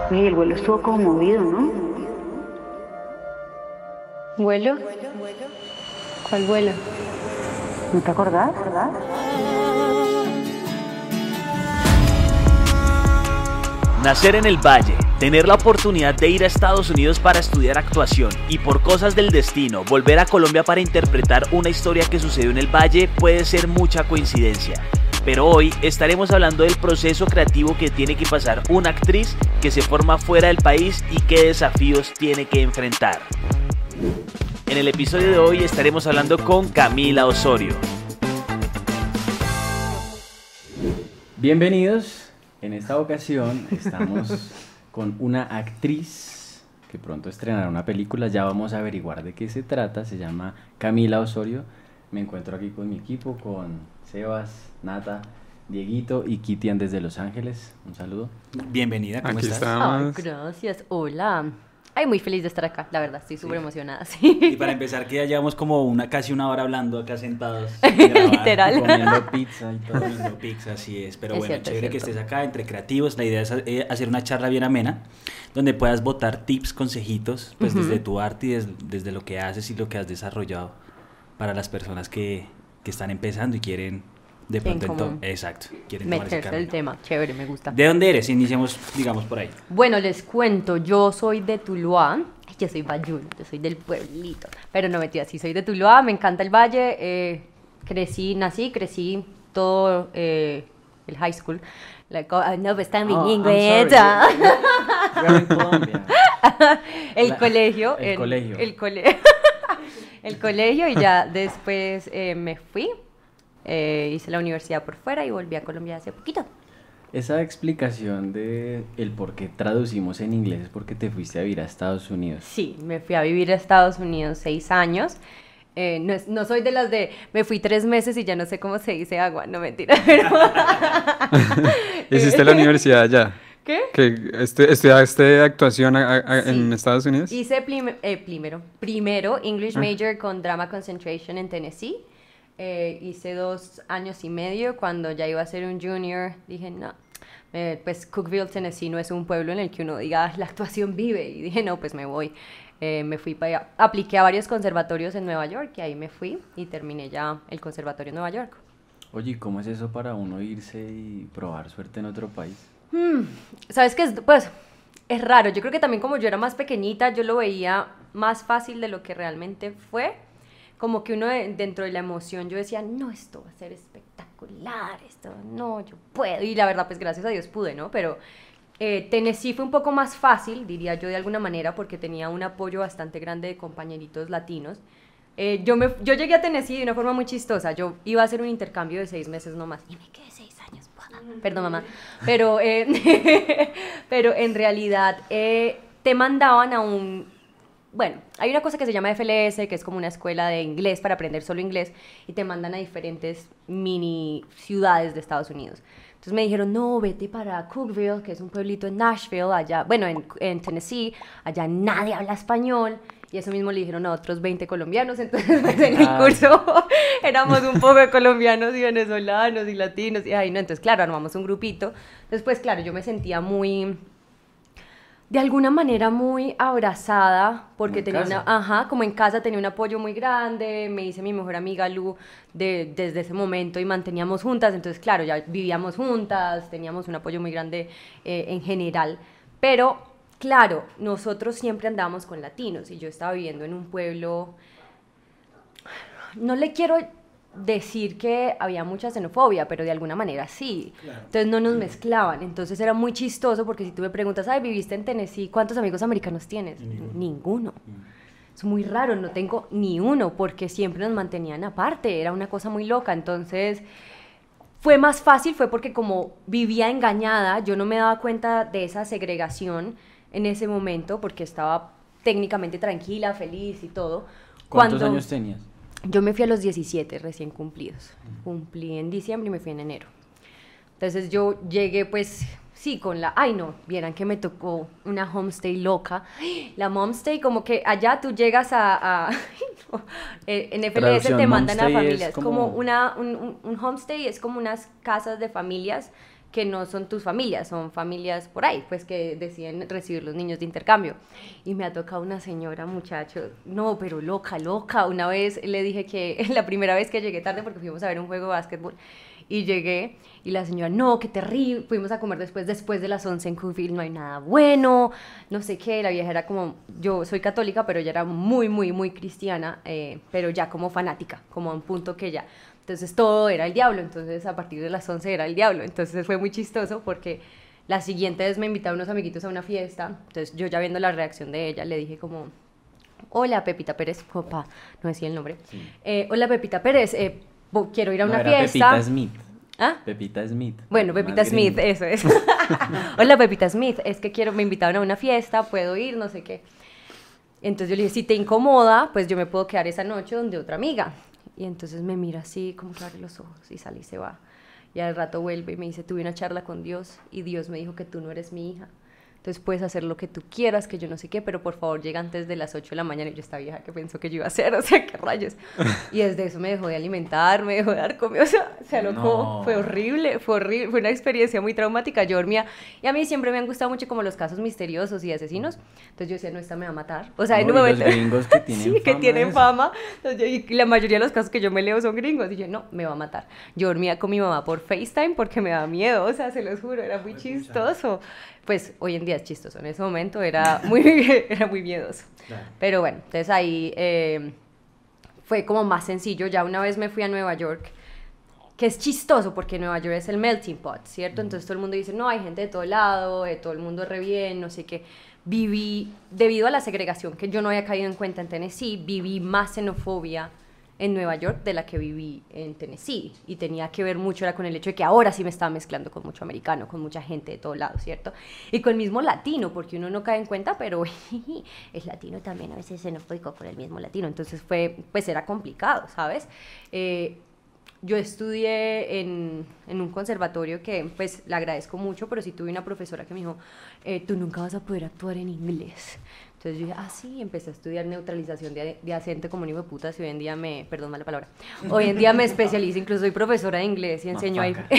Oye, el vuelo estuvo como movido, ¿no? ¿Vuelo? ¿Cuál vuelo? ¿No te acordás? Nacer en el Valle, tener la oportunidad de ir a Estados Unidos para estudiar actuación y por cosas del destino volver a Colombia para interpretar una historia que sucedió en el Valle puede ser mucha coincidencia. Pero hoy estaremos hablando del proceso creativo que tiene que pasar una actriz que se forma fuera del país y qué desafíos tiene que enfrentar. En el episodio de hoy estaremos hablando con Camila Osorio. Bienvenidos. En esta ocasión estamos con una actriz que pronto estrenará una película. Ya vamos a averiguar de qué se trata. Se llama Camila Osorio. Me encuentro aquí con mi equipo, con Sebas, Nata, Dieguito y Kitian desde Los Ángeles. Un saludo. Bienvenida, ¿cómo Aquí estás? estamos. Ay, gracias, hola. Ay, muy feliz de estar acá, la verdad, estoy súper emocionada, sí. Y para empezar, que ya llevamos como casi una hora hablando acá sentados. Literal. Comiendo pizza y todo. Comiendo pizza, así es. Pero Es bueno, cierto, es chévere que cierto. estés acá entre creativos. La idea es hacer una charla bien amena, donde puedas botar tips, consejitos, pues desde tu arte y desde lo que haces y lo que has desarrollado para las personas que están empezando y quieren de En pronto común. exacto, quieren tomar ese Meterse el camino. tema, chévere, me gusta. ¿De dónde eres? Iniciemos, digamos, por ahí. Bueno, les cuento, yo soy de Tuluá. Ay, yo soy bayuna, yo soy del pueblito. Pero no metida, sí, soy de Tuluá, me encanta el valle. Crecí todo el high school. No, pues tan bilingüe. I'm sorry. We are in Colombia. El colegio. El colegio. El colegio y ya después me fui. Hice la universidad por fuera y volví a Colombia hace poquito. Esa explicación de el por qué traducimos en inglés es porque te fuiste a vivir a Estados Unidos. Sí, me fui a vivir a Estados Unidos 6 años. No soy de las de me fui 3 meses y ya no sé cómo se dice agua, no mentira, pero... ¿Hiciste la universidad allá? ¿Qué? ¿Que estudiaste actuación en Sí. Estados Unidos? Hice primero English Major con Drama Concentration en Tennessee. Hice 2 años y medio. Cuando ya iba a ser un junior, dije, no, pues Cookeville, Tennessee no es un pueblo en el que uno diga, "Ah, la actuación vive". Y dije, no, pues me voy. Me fui para allá. Apliqué a varios conservatorios en Nueva York y ahí me fui y terminé ya el conservatorio en Nueva York. Oye, ¿y cómo es eso para uno irse y probar suerte en otro país? ¿Sabes qué? Pues es raro. Yo creo que también como yo era más pequeñita, yo lo veía más fácil de lo que realmente fue. Como que uno dentro de la emoción yo decía, no, esto va a ser espectacular, esto no, yo puedo. Y la verdad, pues gracias a Dios pude, ¿no? Pero Tennessee fue un poco más fácil, diría yo de alguna manera, porque tenía un apoyo bastante grande de compañeritos latinos. Yo llegué a Tennessee de una forma muy chistosa. Yo iba a hacer un intercambio de 6 meses nomás y me quedé 6 años. Perdón, mamá. Pero, pero en realidad te mandaban a un... Bueno, hay una cosa que se llama FLS, que es como una escuela de inglés para aprender solo inglés, y te mandan a diferentes mini ciudades de Estados Unidos. Entonces me dijeron, no, vete para Cookeville, que es un pueblito en Nashville, allá, bueno, en Tennessee, allá nadie habla español. Y eso mismo le dijeron a otros 20 colombianos, entonces pues, en mi curso éramos un poco de colombianos y venezolanos y latinos, y ay, no, entonces claro, armamos un grupito. Después, claro, yo me sentía muy, de alguna manera muy abrazada, porque Como en tenía casa. como en casa tenía un apoyo muy grande, me hice mi mejor amiga Lu desde ese momento y manteníamos juntas, entonces claro, ya vivíamos juntas, teníamos un apoyo muy grande en general, pero... Claro, nosotros siempre andábamos con latinos y yo estaba viviendo en un pueblo, no le quiero decir que había mucha xenofobia, pero de alguna manera sí. Claro. Entonces no nos mezclaban, entonces era muy chistoso porque si tú me preguntas, ay, ¿viviste en Tennessee? ¿Cuántos amigos americanos tienes? Ninguno. Es muy raro, no tengo ni uno porque siempre nos mantenían aparte, era una cosa muy loca, entonces... Fue más fácil, fue porque como vivía engañada, yo no me daba cuenta de esa segregación en ese momento porque estaba técnicamente tranquila, feliz y todo. ¿Cuántos Cuando años tenías? yo me fui a los 17 recién cumplidos. Cumplí en diciembre y me fui en enero. Entonces yo llegué pues sí con la... Ay no, vieran que me tocó una homestay loca. La homestay como que allá tú llegas no. En FLS Traducción, te mandan a homestay es familias. como- Un homestay es como unas casas de familias que no son tus familias, son familias por ahí, pues que deciden recibir los niños de intercambio. Y me ha tocado una señora, muchacho, no, pero loca, loca. Una vez le dije que, la primera vez que llegué tarde, porque fuimos a ver un juego de básquetbol, y llegué, y la señora, no, qué terrible, fuimos a comer después de las 11 en Cookfield, no hay nada bueno, no sé qué, la vieja era como, yo soy católica, pero ella era muy, muy, muy cristiana, pero ya como fanática, como a un punto que ya... Entonces todo era el diablo, entonces a partir de las 11 era el diablo, entonces fue muy chistoso porque la siguiente vez me invitaron unos amiguitos a una fiesta, entonces yo ya viendo la reacción de ella le dije como, hola Pepita Pérez, opa, no decía el nombre, sí. Hola Pepita Pérez, quiero ir a una fiesta. Pepita Smith. ¿Ah? Pepita Smith. Bueno, Pepita Smith, eso es. Hola Pepita Smith, es que me invitaron a una fiesta, puedo ir, no sé qué. Entonces yo le dije, si te incomoda, pues yo me puedo quedar esa noche donde otra amiga. Y entonces me mira así, como que abre los ojos y sale y se va. Y al rato vuelve y me dice, tuve una charla con Dios y Dios me dijo que tú no eres mi hija. Entonces puedes hacer lo que tú quieras, que yo no sé qué, pero por favor llega antes de las 8 de la mañana. Y yo, esta vieja que pensó que yo iba a hacer, o sea, qué rayos. Y desde eso me dejó de alimentar, me dejó de dar comida, o sea, se alocó. No. Fue horrible, fue una experiencia muy traumática. Yo dormía, y a mí siempre me han gustado mucho como los casos misteriosos y asesinos. Entonces yo decía, no, esta me va a matar. O sea, en un momento... los gringos que tienen sí, fama. que tienen fama. Entonces, y la mayoría de los casos que yo me leo son gringos. Y yo, no, me va a matar. Yo dormía con mi mamá por FaceTime porque me daba miedo, o sea, se los juro, era muy chistoso. Pues hoy en día es chistoso, en ese momento era muy miedoso. Claro. Pero bueno, entonces ahí fue como más sencillo. Ya una vez me fui a Nueva York, que es chistoso porque Nueva York es el melting pot, ¿cierto? Entonces todo el mundo dice, no, hay gente de todo lado, todo el mundo re bien, no sé qué. Viví, debido a la segregación que yo no había caído en cuenta en Tennessee, viví más xenofobia en Nueva York de la que viví en Tennessee, y tenía que ver mucho era con el hecho de que ahora sí me estaba mezclando con mucho americano, con mucha gente de todos lados, ¿cierto? Y con el mismo latino, porque uno no cae en cuenta, pero el latino también a veces es xenofóbico por el mismo latino, entonces pues era complicado, ¿sabes? Yo estudié en un conservatorio que pues le agradezco mucho, pero sí tuve una profesora que me dijo, tú nunca vas a poder actuar en inglés. Entonces yo dije, sí, empecé a estudiar neutralización de acento como un hijo de puta, y hoy en día perdón, mala palabra, hoy en día me especializo, incluso soy profesora de inglés y enseño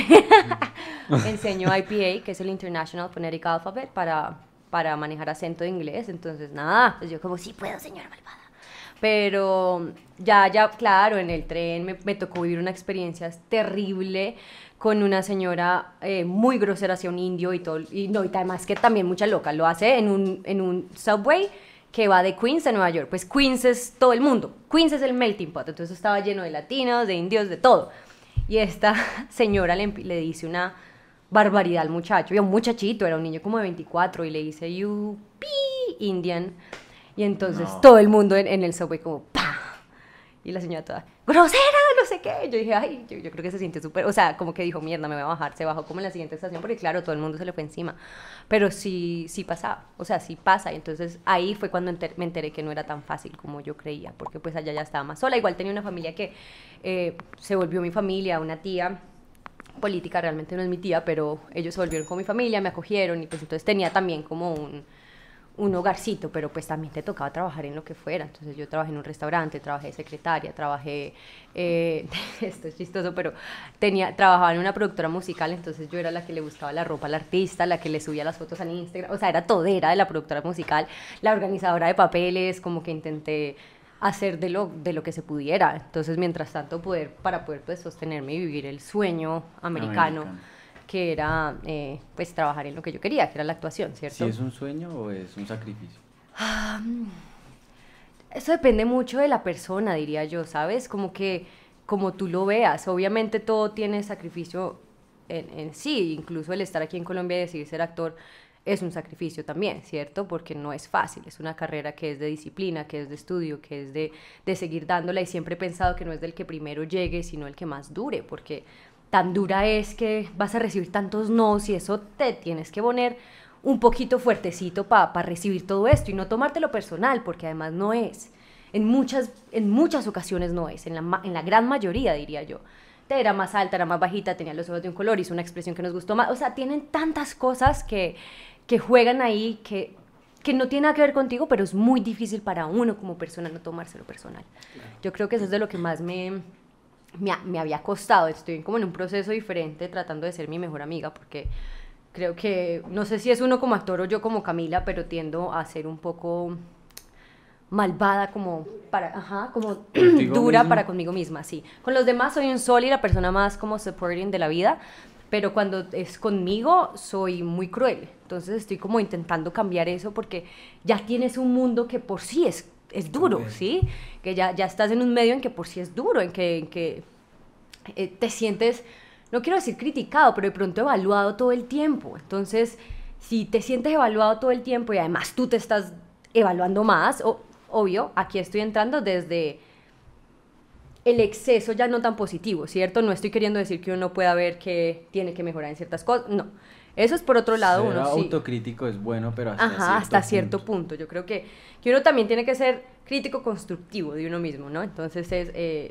IPA, que es el International Phonetic Alphabet, para manejar acento de inglés, entonces nada, pues yo como, sí puedo, señora malvada. Pero ya, claro, en el tren me tocó vivir una experiencia terrible con una señora muy grosera hacia un indio y además que también mucha loca, lo hace en un subway que va de Queens a Nueva York. Pues Queens es todo el mundo, Queens es el melting pot, entonces estaba lleno de latinos, de indios, de todo. Y esta señora le dice una barbaridad al muchacho, y a un muchachito, era un niño como de 24, y le dice, you Indian. Y entonces todo el mundo en el subway como ¡pah! Y la señora toda grosera, no sé qué. Yo dije, ay, yo creo que se siente súper, o sea, como que dijo, mierda, me voy a bajar. Se bajó como en la siguiente estación porque claro, todo el mundo se le fue encima. Pero sí pasaba, o sea, sí pasa. Y entonces ahí fue cuando me enteré que no era tan fácil como yo creía, porque pues allá ya estaba más sola. Igual tenía una familia que se volvió mi familia, una tía política, realmente no es mi tía, pero ellos se volvieron con mi familia, me acogieron y pues entonces tenía también como un hogarcito, pero pues también te tocaba trabajar en lo que fuera. Entonces yo trabajé en un restaurante, trabajé de secretaria, esto es chistoso, pero trabajaba en una productora musical, entonces yo era la que le buscaba la ropa al artista, la que le subía las fotos en Instagram, o sea, era todera de la productora musical, la organizadora de papeles, como que intenté hacer de lo que se pudiera. Entonces, mientras tanto, para poder pues sostenerme y vivir el sueño americano. Que era pues trabajar en lo que yo quería, que era la actuación, ¿cierto? ¿Sí es un sueño o es un sacrificio? Eso depende mucho de la persona, diría yo, ¿sabes? Como tú lo veas. Obviamente todo tiene sacrificio en sí, incluso el estar aquí en Colombia y decidir ser actor es un sacrificio también, ¿cierto? Porque no es fácil, es una carrera que es de disciplina, que es de estudio, que es de seguir dándola, y siempre he pensado que no es del que primero llegue, sino el que más dure, porque tan dura es que vas a recibir tantos nos y eso te tienes que poner un poquito fuertecito para recibir todo esto y no tomártelo personal, porque además no es. En muchas ocasiones no es, en la gran mayoría diría yo. Era más alta, era más bajita, tenía los ojos de un color, hizo una expresión que nos gustó más. O sea, tienen tantas cosas que juegan ahí que no tiene nada que ver contigo, pero es muy difícil para uno como persona no tomárselo personal. Yo creo que eso es de lo que más me me había costado, estoy como en un proceso diferente tratando de ser mi mejor amiga, porque creo que, no sé si es uno como actor o yo como Camila, pero tiendo a ser un poco malvada como como dura mismo. para conmigo misma, sí. Con los demás soy un sol y la persona más como supporting de la vida, pero cuando es conmigo soy muy cruel. Entonces estoy como intentando cambiar eso porque ya tienes un mundo que por sí es duro, ¿sí? Que ya estás en un medio en que por sí es duro, en que te sientes, no quiero decir criticado, pero de pronto evaluado todo el tiempo. Entonces, si te sientes evaluado todo el tiempo y además tú te estás evaluando más, obvio, aquí estoy entrando desde el exceso ya no tan positivo, ¿cierto? No estoy queriendo decir que uno no pueda ver que tiene que mejorar en ciertas cosas, no. Eso es por otro lado, Ser uno sí. autocrítico es bueno, pero hasta cierto punto. Yo creo que uno también tiene que ser crítico constructivo de uno mismo, ¿no? Entonces es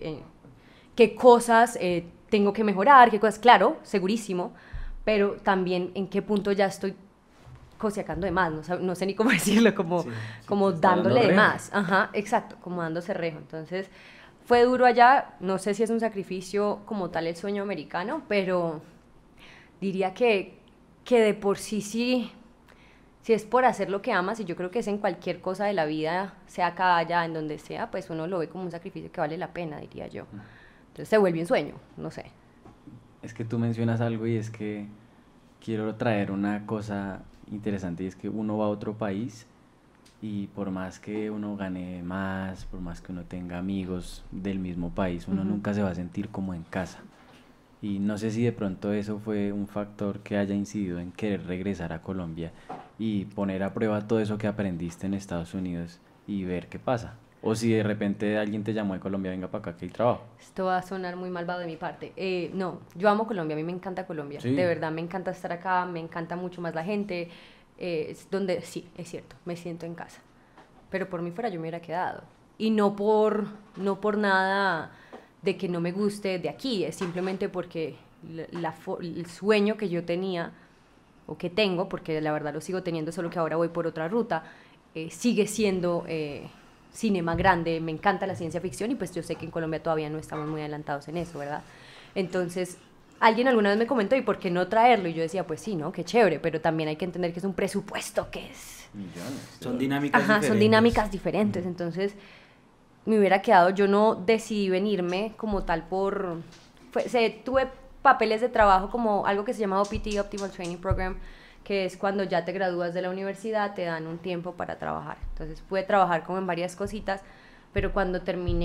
qué cosas tengo que mejorar, qué cosas, claro, segurísimo, pero también en qué punto ya estoy cosiacando de más, no sé ni cómo decirlo, como dándole de rejo. más. Ajá, exacto, como dándose rejo. Entonces fue duro allá, no sé si es un sacrificio como tal el sueño americano, pero diría que de por sí, si es por hacer lo que amas, y yo creo que es en cualquier cosa de la vida, sea acá, allá, en donde sea, pues uno lo ve como un sacrificio que vale la pena, diría yo. Entonces se vuelve un sueño, no sé. Es que tú mencionas algo y es que quiero traer una cosa interesante y es que uno va a otro país y por más que uno gane más, por más que uno tenga amigos del mismo país, uno nunca se va a sentir como en casa. Y no sé si de pronto eso fue un factor que haya incidido en querer regresar a Colombia y poner a prueba todo eso que aprendiste en Estados Unidos y ver qué pasa. O si de repente alguien te llamó de Colombia, venga para acá que hay trabajo. Esto va a sonar muy malvado de mi parte. No, yo amo Colombia, a mí me encanta Colombia. Sí. De verdad, me encanta estar acá, me encanta mucho más la gente. Es donde, sí, es cierto, me siento en casa. Pero por mí fuera yo me hubiera quedado. Y no por nada de que no me guste de aquí, es simplemente porque el sueño que yo tenía, o que tengo, porque la verdad lo sigo teniendo, solo que ahora voy por otra ruta, sigue siendo cinema grande, me encanta la ciencia ficción y pues yo sé que en Colombia todavía no estamos muy adelantados en eso, ¿verdad? Entonces, alguien alguna vez me comentó, ¿y por qué no traerlo? Y yo decía, pues sí, ¿no? Qué chévere, pero también hay que entender que es un presupuesto que es... Millones. Son dinámicas Ajá, diferentes. son dinámicas diferentes, entonces me hubiera quedado, yo no decidí venirme como tal tuve papeles de trabajo como algo que se llama OPT, Optimal Training Program, que es cuando ya te gradúas de la universidad, te dan un tiempo para trabajar. Entonces pude trabajar como en varias cositas, pero cuando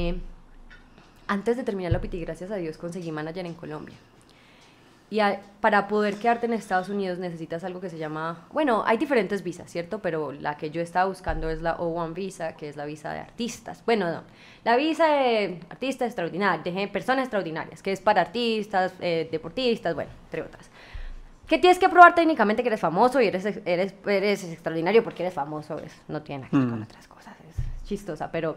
antes de terminar la OPT, gracias a Dios, conseguí manager en Colombia. Y para poder quedarte en Estados Unidos necesitas algo que se llama, bueno, hay diferentes visas, ¿cierto? Pero la que yo estaba buscando es la O1 visa, que es la visa de artistas. Bueno, no, la visa de artistas extraordinarios, de personas extraordinarias, que es para artistas, deportistas, bueno, entre otras. Que tienes que probar técnicamente que eres famoso y eres extraordinario porque eres famoso, no tiene nada que ver con otras cosas, es chistosa, pero...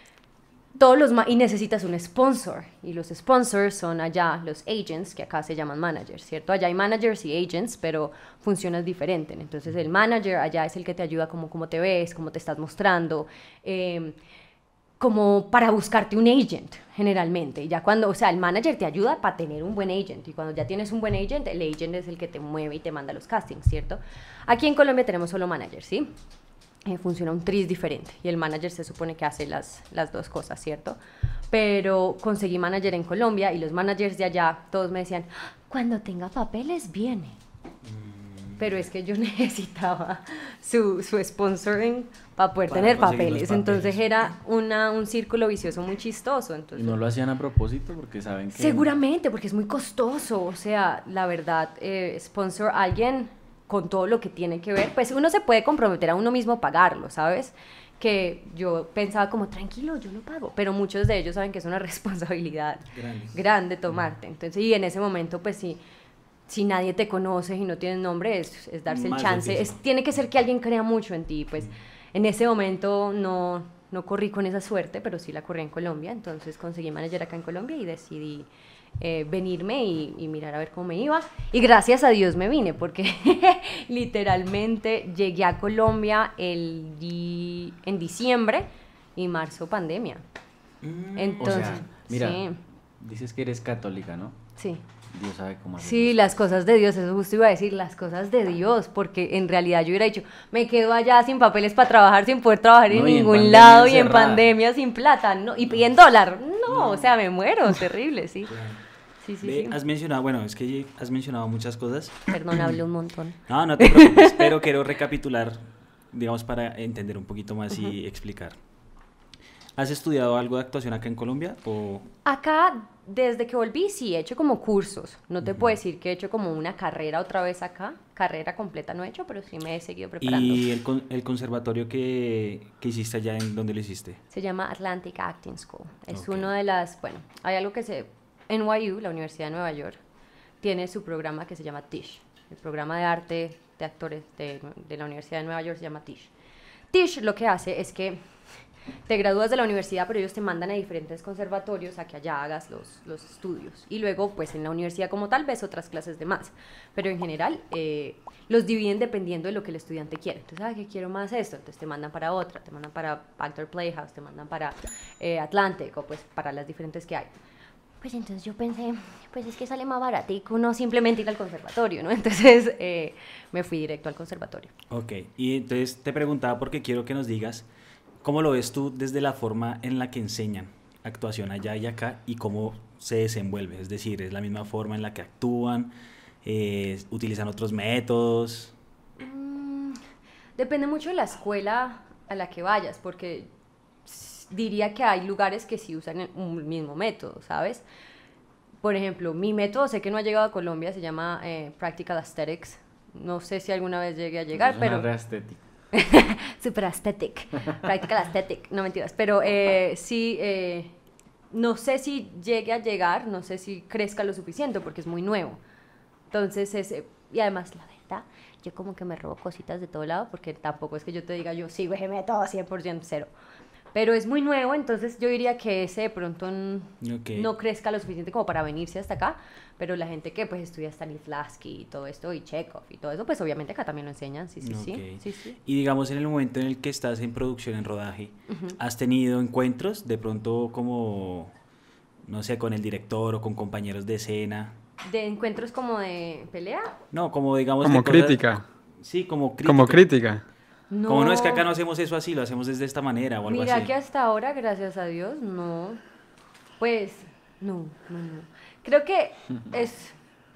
y necesitas un sponsor, y los sponsors son allá los agents, que acá se llaman managers, ¿cierto? Allá hay managers y agents, pero funciona diferente. Entonces el manager allá es el que te ayuda como cómo te ves, cómo te estás mostrando, como para buscarte un agent, generalmente. Y ya cuando, o sea, el manager te ayuda para tener un buen agent, y cuando ya tienes un buen agent, el agent es el que te mueve y te manda los castings, ¿cierto? Aquí en Colombia tenemos solo managers, ¿sí? Funciona un tris diferente y el manager se supone que hace las dos cosas, ¿cierto? Pero conseguí manager en Colombia y los managers de allá todos me decían, cuando tenga papeles viene. Pero es que yo necesitaba su sponsoring para poder tener papeles. Entonces era un círculo vicioso muy chistoso. Entonces, ¿Y no lo hacían a propósito porque saben que...? seguramente, porque es muy costoso. O sea, la verdad, sponsor a alguien con todo lo que tiene que ver, pues uno se puede comprometer a uno mismo a pagarlo, ¿sabes? Que yo pensaba como, tranquilo, yo lo pago, pero muchos de ellos saben que es una responsabilidad grande tomarte. Entonces, y en ese momento, pues si nadie te conoce y no tienes nombre, es darse el Más chance. difícil. Tiene que ser que alguien crea mucho en ti, pues en ese momento no corrí con esa suerte, pero sí la corrí en Colombia, entonces conseguí manager acá en Colombia y decidí venirme y mirar a ver cómo me iba, y gracias a Dios me vine, porque literalmente llegué a Colombia en diciembre y marzo pandemia. Entonces, O sea, mira, sí. Dices que eres católica, ¿no? Sí. Dios sabe cómo hacer Sí, las cosas de Dios, eso justo iba a decir, las cosas de Dios, porque en realidad yo hubiera dicho, me quedo allá sin papeles para trabajar, sin poder trabajar en No, y en ningún pandemia lado y en encerrada. pandemia sin plata, no, y en dólar, no, o sea, me muero, terrible, sí. Sí, sí, Ve, sí. has mencionado, bueno, es que has mencionado muchas cosas. Perdón, hablé un montón. No, no te preocupes, pero quiero recapitular, digamos, para entender un poquito más y explicar. ¿Has estudiado algo de actuación acá en Colombia? O... Acá, desde que volví, sí, he hecho como cursos. No te puedo decir que he hecho como una carrera otra vez acá. Carrera completa no he hecho, pero sí me he seguido preparando. ¿Y el conservatorio que hiciste allá, en dónde lo hiciste? Se llama Atlantic Acting School. Es Ok. uno de las, bueno, hay algo que se... NYU, la Universidad de Nueva York, tiene su programa que se llama TISH. El programa de arte de actores de la Universidad de Nueva York se llama TISH. TISH lo que hace es que te gradúas de la universidad, pero ellos te mandan a diferentes conservatorios a que allá hagas los estudios. Y luego, pues en la universidad como tal, ves otras clases de más. Pero en general, los dividen dependiendo de lo que el estudiante quiere. Entonces, ¿qué quiero más esto? Entonces te mandan para otra, te mandan para Actor Playhouse, te mandan para Atlantic o pues para las diferentes que hay. Pues entonces yo pensé, pues es que sale más baratico no simplemente ir al conservatorio, ¿no? Entonces me fui directo al conservatorio. Ok, y entonces te preguntaba porque quiero que nos digas cómo lo ves tú desde la forma en la que enseñan actuación allá y acá y cómo se desenvuelve. Es decir, ¿es la misma forma en la que actúan? ¿Utilizan otros métodos? Depende mucho de la escuela a la que vayas, porque diría que hay lugares que sí usan un mismo método, ¿sabes? Por ejemplo, mi método, sé que no ha llegado a Colombia, se llama Practical Aesthetics. No sé si alguna vez llegue a llegar, Eso suena pero... re estético. Super aesthetic, practical aesthetic, no mentiras, pero sí, no sé si llegue a llegar, no sé si crezca lo suficiente porque es muy nuevo. Entonces, y además, la verdad, yo como que me robo cositas de todo lado porque tampoco es que yo te diga yo sigo ese método 100% cero. Pero es muy nuevo, entonces yo diría que ese de pronto no crezca lo suficiente como para venirse hasta acá, pero la gente que pues estudia Stanislavski y todo esto, y Chekhov y todo eso, pues obviamente acá también lo enseñan, sí. Y digamos en el momento en el que estás en producción, en rodaje, ¿has tenido encuentros de pronto como, no sé, con el director o con compañeros de escena? ¿De encuentros como de pelea? No, como digamos... Como de cosas- crítica. Sí, como crítica. Como crítica. No. Como no es que acá no hacemos eso así, lo hacemos desde esta manera o algo Mira así. que hasta ahora, gracias a Dios, no. Pues, no. Creo que es...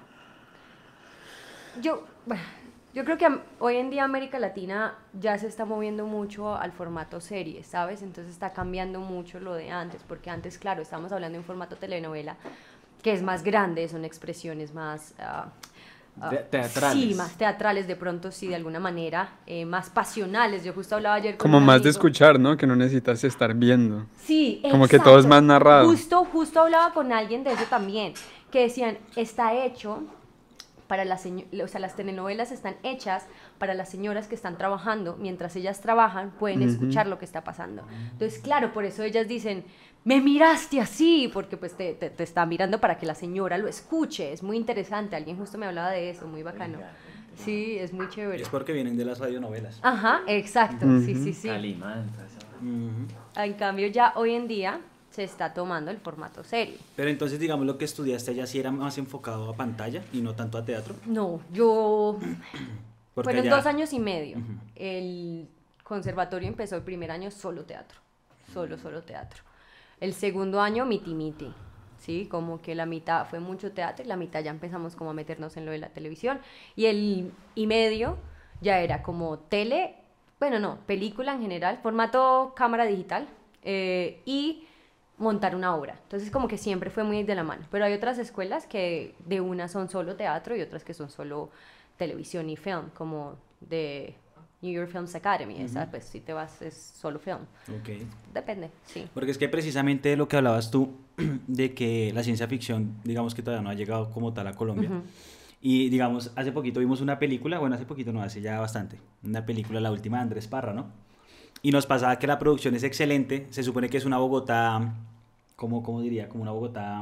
Yo creo que hoy en día América Latina ya se está moviendo mucho al formato serie, ¿sabes? Entonces está cambiando mucho lo de antes, porque antes, claro, estábamos hablando de un formato telenovela que es más grande, son expresiones más... teatrales. Sí, más teatrales de pronto, sí, de alguna manera, más pasionales. Yo justo hablaba ayer con Como un más de amigo. escuchar, ¿no? Que no necesitas estar viendo. Sí, Como que todo es más narrado. Justo hablaba con alguien de eso también, que decían, está hecho para las señoras, o sea, las telenovelas están hechas para las señoras que están trabajando, mientras ellas trabajan pueden escuchar lo que está pasando. Entonces, claro, por eso ellas dicen, me miraste así, porque pues te está mirando para que la señora lo escuche, es muy interesante, alguien justo me hablaba de eso, muy bacano. Sí, es muy chévere. Es porque vienen de las radionovelas. Ajá, exacto, sí. Calimán, todo eso. En cambio, ya hoy en día se está tomando el formato serie. Pero entonces, digamos, lo que estudiaste allá sí era más enfocado a pantalla y no tanto a teatro. No, yo... Porque Fueron allá- 2 años y medio. El conservatorio empezó el primer año solo teatro. Solo teatro. El segundo año, miti. ¿Sí? Como que la mitad fue mucho teatro y la mitad ya empezamos como a meternos en lo de la televisión. Y el y medio ya era como película en general, formato cámara digital y montar una obra. Entonces como que siempre fue muy de la mano. Pero hay otras escuelas que de una son solo teatro y otras que son solo televisión y film, como de New York Films Academy. Esa, pues si te vas es solo film. Ok. Depende, sí. Porque es que precisamente lo que hablabas tú, de que la ciencia ficción, digamos que todavía no ha llegado como tal a Colombia. Y digamos, hace poquito vimos una película, bueno, hace poquito no, hace ya bastante, una película, la última de Andrés Parra, ¿no? Y nos pasaba que la producción es excelente, se supone que es una Bogotá, ¿cómo diría? Como una Bogotá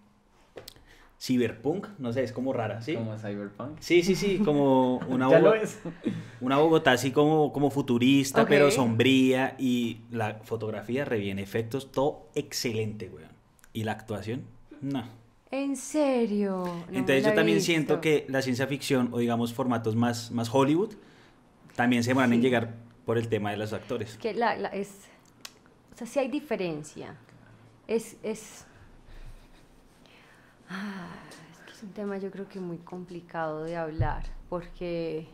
cyberpunk, no sé, es como rara, ¿sí? Como Cyberpunk. Sí, como una Ya lo Bogotá, es. una Bogotá así como futurista, Ok. pero sombría, y la fotografía re bien, efectos, todo excelente, weón. Y la actuación, No. ¿En serio? No me Entonces la yo he también visto. siento que la ciencia ficción o digamos formatos más Hollywood también se demoran en Sí. llegar por el tema de los actores. Que o sea, sí hay diferencia. Es que es un tema yo creo que muy complicado de hablar, porque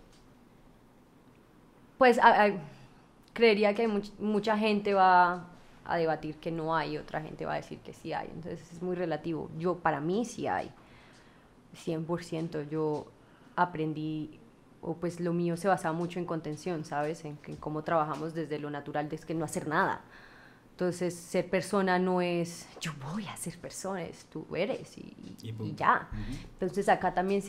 pues creería que mucha gente va a debatir que no hay, otra gente va a decir que sí hay, entonces es muy relativo. Para mí sí hay, 100%. Yo aprendí, o pues lo mío se basaba mucho en contención, ¿sabes? En cómo trabajamos desde lo natural, desde que no hacer nada. Entonces, ser persona no es, yo voy a ser persona, es tú eres y punto. ya. Entonces, acá también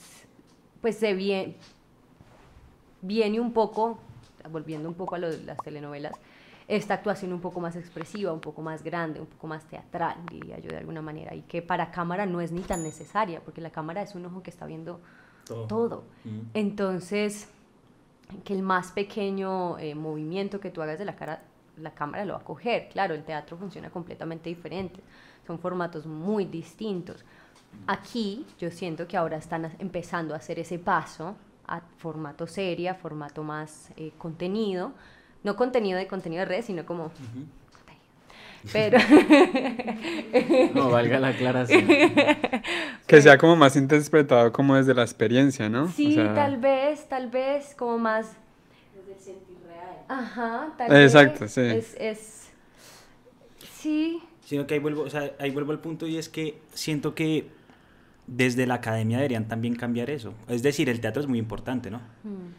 viene un poco, volviendo un poco a lo de las telenovelas, esta actuación un poco más expresiva, un poco más grande, un poco más teatral, diría yo de alguna manera, y que para cámara no es ni tan necesaria, porque la cámara es un ojo que está viendo todo. Entonces, que el más pequeño movimiento que tú hagas de la cámara lo va a coger. Claro, el teatro funciona completamente diferente, son formatos muy distintos. Aquí yo siento que ahora están empezando a hacer ese paso a formato serie, a formato más contenido, no contenido de red, sino como pero No, valga la aclaración. Que sea como más interpretado como desde la experiencia, ¿no? sí, O sea, tal vez como más desde el sentir real. Ajá, tal Exacto, vez. sí. Sí. Sino que ahí vuelvo al punto, y es que siento que desde la academia deberían también cambiar eso. Es decir, el teatro es muy importante, ¿no?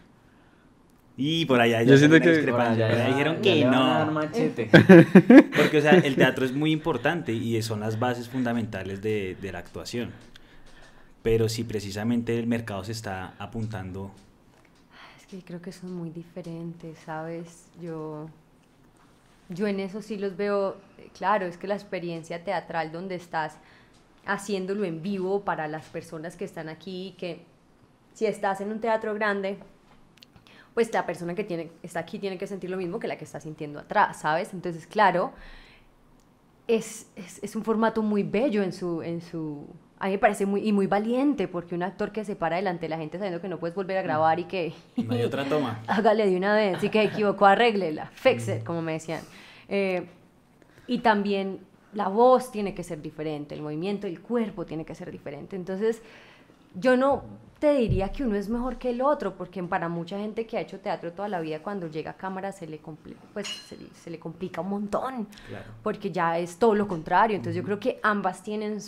Y por allá Yo siento sale una que- discrepancia. Por allá Por ahí dijeron ya que le van a dar no. machete. Porque, o sea, el teatro es muy importante y son las bases fundamentales de la actuación. Pero si precisamente el mercado se está apuntando... Es que creo que son muy diferentes, ¿sabes? Yo en eso sí los veo, claro, es que la experiencia teatral donde estás haciéndolo en vivo para las personas que están aquí, que si estás en un teatro grande, pues la persona que está aquí tiene que sentir lo mismo que la que está sintiendo atrás, ¿sabes? Entonces, claro, es un formato muy bello a mí me parece muy valiente, porque un actor que se para delante de la gente sabiendo que no puedes volver a grabar y que... No hay otra toma. Hágale de una vez, y que equivocó, arréglela, fix it, como me decían. Y también la voz tiene que ser diferente, el movimiento del cuerpo tiene que ser diferente. Entonces, yo no te diría que uno es mejor que el otro, porque para mucha gente que ha hecho teatro toda la vida, cuando llega a cámara se le complica un montón, Claro. porque ya es todo lo contrario. Entonces, yo creo que ambas tienen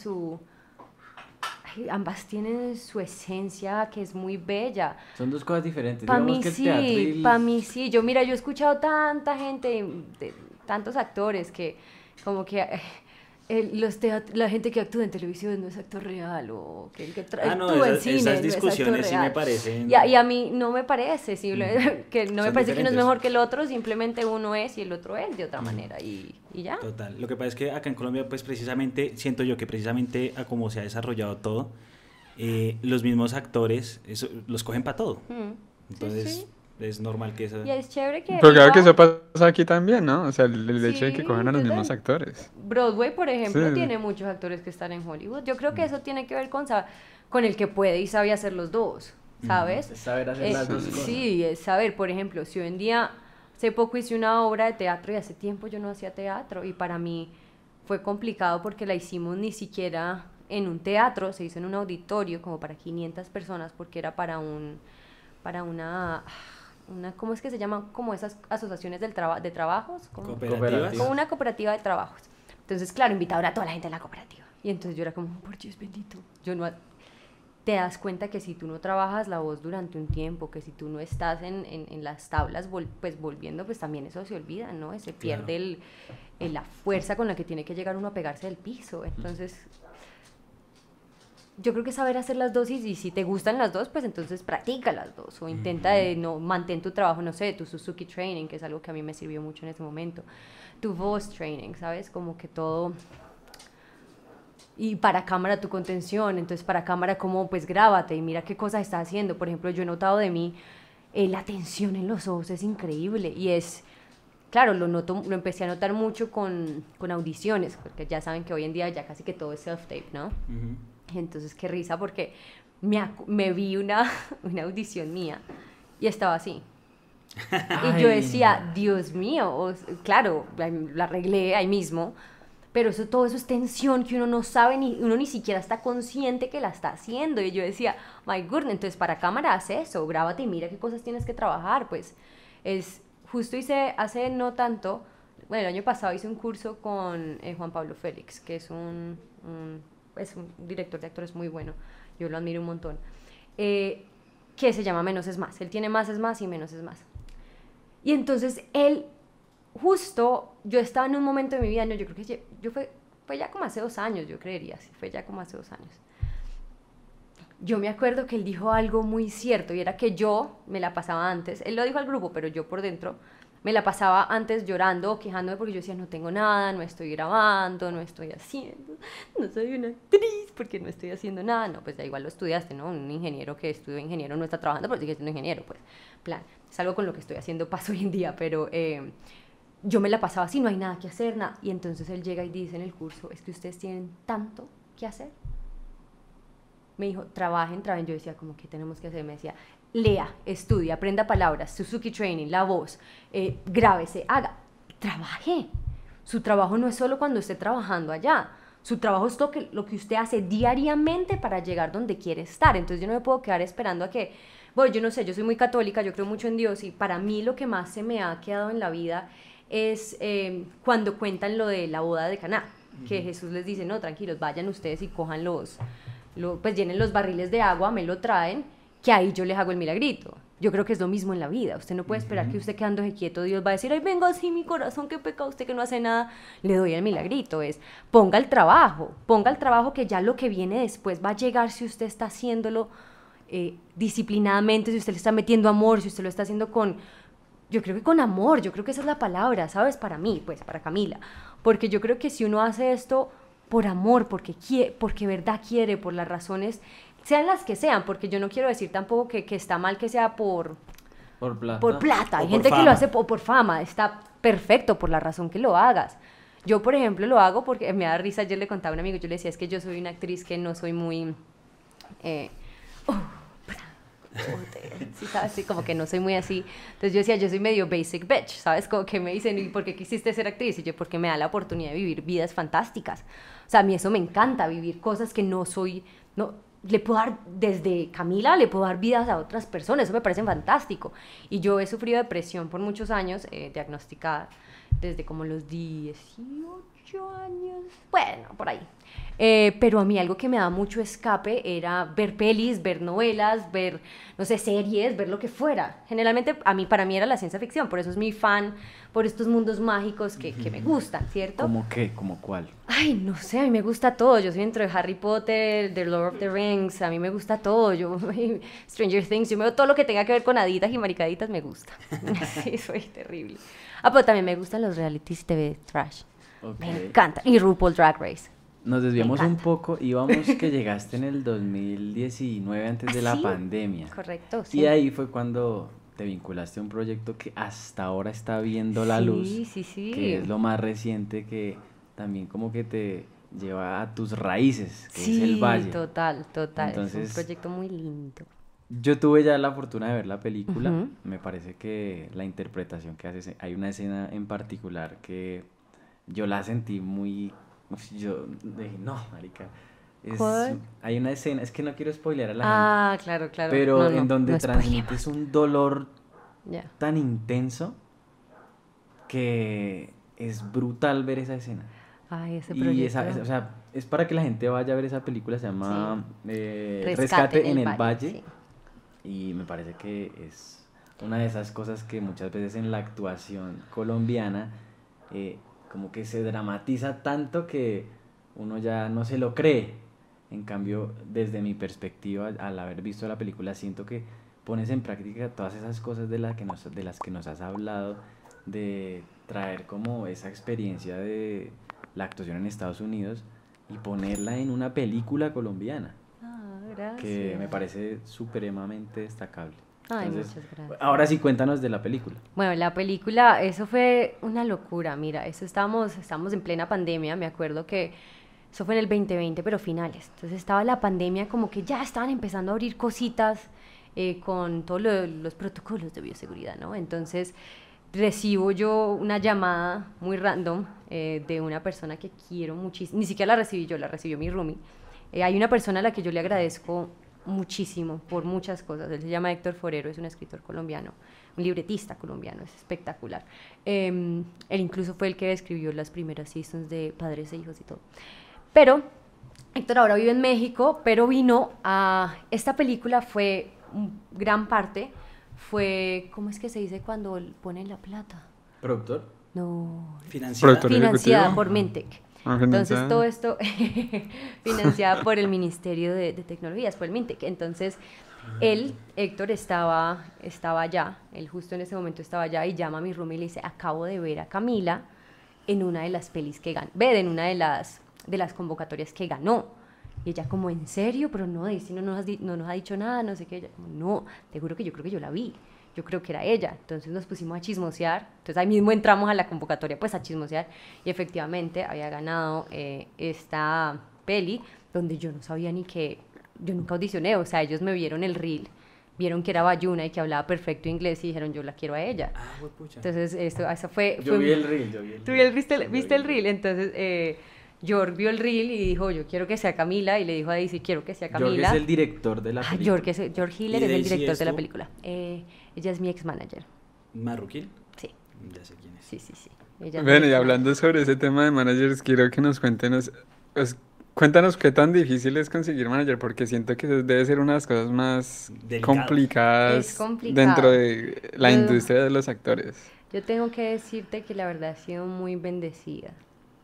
su esencia, que es muy bella. Son dos cosas diferentes. Para Digamos mí que el teatro y sí, el- para mí sí. Yo he escuchado tanta gente, tantos actores que como que la gente que actúa en televisión no es actor real, o que el que No, actúa en esas cine no es discusiones actor sí me real. parecen... Y a mí no me parece, que no me Son parece que uno es diferentes. mejor que el otro, simplemente uno es y el otro es de otra manera, y ya. Total. Lo que pasa es que acá en Colombia, pues precisamente, siento yo que precisamente a cómo se ha desarrollado todo, los mismos actores los cogen para todo. Entonces, sí. es normal que eso... Y es chévere que... Pero claro que igual- eso pasa aquí también, ¿no? O sea, el hecho de que Sí, cojan a los total. mismos actores. Broadway, por ejemplo, Sí. tiene muchos actores que están en Hollywood. Yo creo que eso tiene que ver con el que puede y sabe hacer los dos, ¿sabes? Es saber hacer las dos cosas. Sí, es saber, por ejemplo, si hoy en día, hace poco hice una obra de teatro y hace tiempo yo no hacía teatro, y para mí fue complicado porque la hicimos ni siquiera en un teatro, se hizo en un auditorio como para 500 personas, porque era para una ¿cómo es que se llaman? Como esas asociaciones de trabajos, como Cooperativas. como una cooperativa de trabajos. Entonces, claro, invitaron a toda la gente de la cooperativa. Y entonces yo era como, por Dios bendito. Te das cuenta que si tú no trabajas la voz durante un tiempo, que si tú no estás en las tablas, pues volviendo, pues también eso se olvida, ¿no? Se pierde la fuerza con la que tiene que llegar uno a pegarse del piso. Entonces, yo creo que saber hacer las dos, y si te gustan las dos, pues entonces practica las dos, o intenta mantén tu trabajo, no sé, tu Suzuki Training, que es algo que a mí me sirvió mucho en ese momento, tu voice training, ¿sabes? Como que todo, y para cámara tu contención, entonces para cámara como pues grábate y mira qué cosas estás haciendo. Por ejemplo, yo he notado de mí, la tensión en los ojos es increíble, y es claro, lo empecé a notar mucho con audiciones, porque ya saben que hoy en día ya casi que todo es self-tape, ¿no? Entonces, qué risa, porque me vi una audición mía y estaba así. Y yo decía, Dios mío, claro, la arreglé ahí mismo, pero todo eso es tensión que uno no sabe, uno ni siquiera está consciente que la está haciendo. Y yo decía, my goodness, entonces para cámara haz eso, grábate y mira qué cosas tienes que trabajar. Pues justo hice hace no tanto, bueno, el año pasado hice un curso con Juan Pablo Félix, que es un director de actores muy bueno, yo lo admiro un montón, que se llama Menos es Más. Él tiene Más es Más y Menos es Más. Y entonces justo yo estaba en un momento de mi vida, no, yo creo que fue ya como hace 2 años, yo creería, sí, fue ya como hace 2 años. Yo me acuerdo que él dijo algo muy cierto, y era que yo me la pasaba antes, él lo dijo al grupo, pero yo por dentro me la pasaba antes llorando o quejándome porque yo decía, no tengo nada, no estoy grabando, no estoy haciendo, no soy una actriz porque no estoy haciendo nada. No, pues ya igual lo estudiaste, ¿no? Un ingeniero que estudió ingeniero no está trabajando, pero sigue siendo ingeniero, pues, plan, es algo con lo que estoy haciendo paso hoy en día, pero yo me la pasaba así, no hay nada que hacer, nada. Y entonces él llega y dice en el curso, es que ustedes tienen tanto que hacer. Me dijo, trabajen. Yo decía, ¿cómo que tenemos que hacer? Me decía, lea, estudie, aprenda palabras, Suzuki Training, la voz, grábese, haga, trabaje. Su trabajo no es solo cuando esté trabajando allá, su trabajo es lo que usted hace diariamente para llegar donde quiere estar. Entonces yo no me puedo quedar esperando a que, bueno, yo no sé, yo soy muy católica, yo creo mucho en Dios, y para mí lo que más se me ha quedado en la vida es cuando cuentan lo de la boda de Caná, que Jesús les dice, no, tranquilos, vayan ustedes y cojan pues llenen los barriles de agua, me lo traen, que ahí yo les hago el milagrito. Yo creo que es lo mismo en la vida. Usted no puede esperar que usted quedándose quieto, Dios va a decir, ay, venga así mi corazón, qué pecado, usted que no hace nada, le doy el milagrito. Ponga el trabajo que ya lo que viene después va a llegar si usted está haciéndolo disciplinadamente, si usted le está metiendo amor, si usted lo está haciendo yo creo que con amor, yo creo que esa es la palabra, ¿sabes? Para mí, pues, para Camila. Porque yo creo que si uno hace esto por amor, porque verdad quiere, por las razones, sean las que sean, porque yo no quiero decir tampoco que está mal que sea por plata. Por plata. Hay O gente por que lo fama. hace por fama, está perfecto por la razón que lo hagas. Yo, por ejemplo, lo hago porque me da risa. Ayer le contaba a un amigo, yo le decía, es que yo soy una actriz que no soy muy... sí, ¿sabes? Sí, como que no soy muy así. Entonces yo decía, yo soy medio basic bitch, ¿sabes? Como que me dicen, ¿y por qué quisiste ser actriz? Y yo, porque me da la oportunidad de vivir vidas fantásticas. O sea, a mí eso me encanta, vivir cosas que no soy... le puedo dar, desde Camila, le puedo dar vidas a otras personas, eso me parece fantástico. Y yo he sufrido depresión por muchos años, diagnosticada desde como los 18 años, bueno, por ahí. Pero a mí algo que me da mucho escape era ver pelis, ver novelas, ver, no sé, series, ver lo que fuera. Generalmente para mí era la ciencia ficción, por eso es mi fan, por estos mundos mágicos que me gustan, ¿cierto? ¿Cómo qué? ¿Cómo cuál? Ay, no sé, a mí me gusta todo. Yo soy dentro de Harry Potter, de Lord of the Rings, a mí me gusta todo. Stranger Things, yo me veo todo lo que tenga que ver con haditas y maricaditas, me gusta. Sí, soy terrible. Pero también me gustan los realities TV trash. Okay. Me encanta. Y RuPaul Drag Race. Nos desviamos Me un encanta. poco, íbamos que llegaste en el 2019 antes de la ¿Sí? pandemia. Correcto, sí. Y ahí fue cuando te vinculaste a un proyecto que hasta ahora está viendo la luz. Sí. Que es lo más reciente, que también como que te lleva a tus raíces, que Sí, es el Valle. total. Entonces, es un proyecto muy lindo. Yo tuve ya la fortuna de ver la película. Ujú. Me parece que la interpretación que haces, hay una escena en particular que yo la sentí muy... Yo dije, no, marica. ¿Cuál? Hay una escena, es que no quiero spoilear a la gente, Claro. pero No, en donde no transmites un dolor Ya. tan intenso que es brutal ver esa escena. Ay, ese Y proyecto. o sea, es para que la gente vaya a ver esa película, se llama Rescate Rescate en el Valle. sí. Y me parece que es una de esas cosas que muchas veces en la actuación colombiana como que se dramatiza tanto que uno ya no se lo cree. En cambio, desde mi perspectiva, al haber visto la película, siento que pones en práctica todas esas cosas de las que nos has hablado, de traer como esa experiencia de la actuación en Estados Unidos y ponerla en una película colombiana, Gracias. que me parece supremamente destacable. Ay, Entonces, muchas gracias. ahora sí, cuéntanos de la película. Bueno, la película, eso fue una locura, mira, eso estábamos en plena pandemia, me acuerdo que eso fue en el 2020, pero finales. Entonces estaba la pandemia, como que ya estaban empezando a abrir cositas con todos los protocolos de bioseguridad, ¿no? Entonces recibo yo una llamada muy random de una persona que quiero muchísimo, ni siquiera la recibí yo, la recibió mi roomie. Hay una persona a la que yo le agradezco muchísimo por muchas cosas. Él se llama Héctor Forero, es un escritor colombiano, un libretista colombiano, es espectacular. Él incluso fue el que escribió las primeras seasons de Padres e Hijos y todo. Pero Héctor ahora vive en México, pero vino a... Esta película fue, gran parte, fue, ¿cómo es que se dice cuando ponen la plata? ¿Productor? No, Financiada. Productor financiada ejecutivo. por Mentec. Ah, Entonces financiada. todo esto financiada por el Ministerio de Tecnologías, por el Mintec. Entonces él, Héctor, estaba allá, él justo en ese momento estaba allá y llama a mi roomie y le dice, acabo de ver a Camila en una de las pelis que ganó, en una de las convocatorias que ganó. Y ella como, ¿en serio? Pero no, Daisy no nos ha dicho nada, no sé qué. Ella como, no, te juro que yo creo que yo la vi. Yo creo que era ella. Entonces nos pusimos a chismosear. Entonces ahí mismo entramos a la convocatoria pues a chismosear. Y efectivamente había ganado esta peli donde yo no sabía ni que... Yo nunca audicioné. O sea, ellos me vieron el reel, vieron que era bayuna y que hablaba perfecto inglés y dijeron, yo la quiero a ella. Ah, huepucha. Entonces eso fue... Yo vi el reel, ¿Tú viste el reel? Entonces George vio el reel y dijo, yo quiero que sea Camila. Y le dijo a Daisy, quiero que sea Camila. George es el director de la película. George Hiller ¿Y es el Daisy director es de la tú? película. Ella es mi ex-manager. ¿Marroquín? Sí, Ya sé quién es. sí. Ella es mi Bueno, y ex-manager. hablando sobre ese tema de managers, quiero que nos cuéntanos qué tan difícil es conseguir manager, porque siento que eso debe ser una de las cosas más Delicado. complicadas Es complicado. dentro de la Yo- industria de los actores. Yo tengo que decirte que la verdad he sido muy bendecida.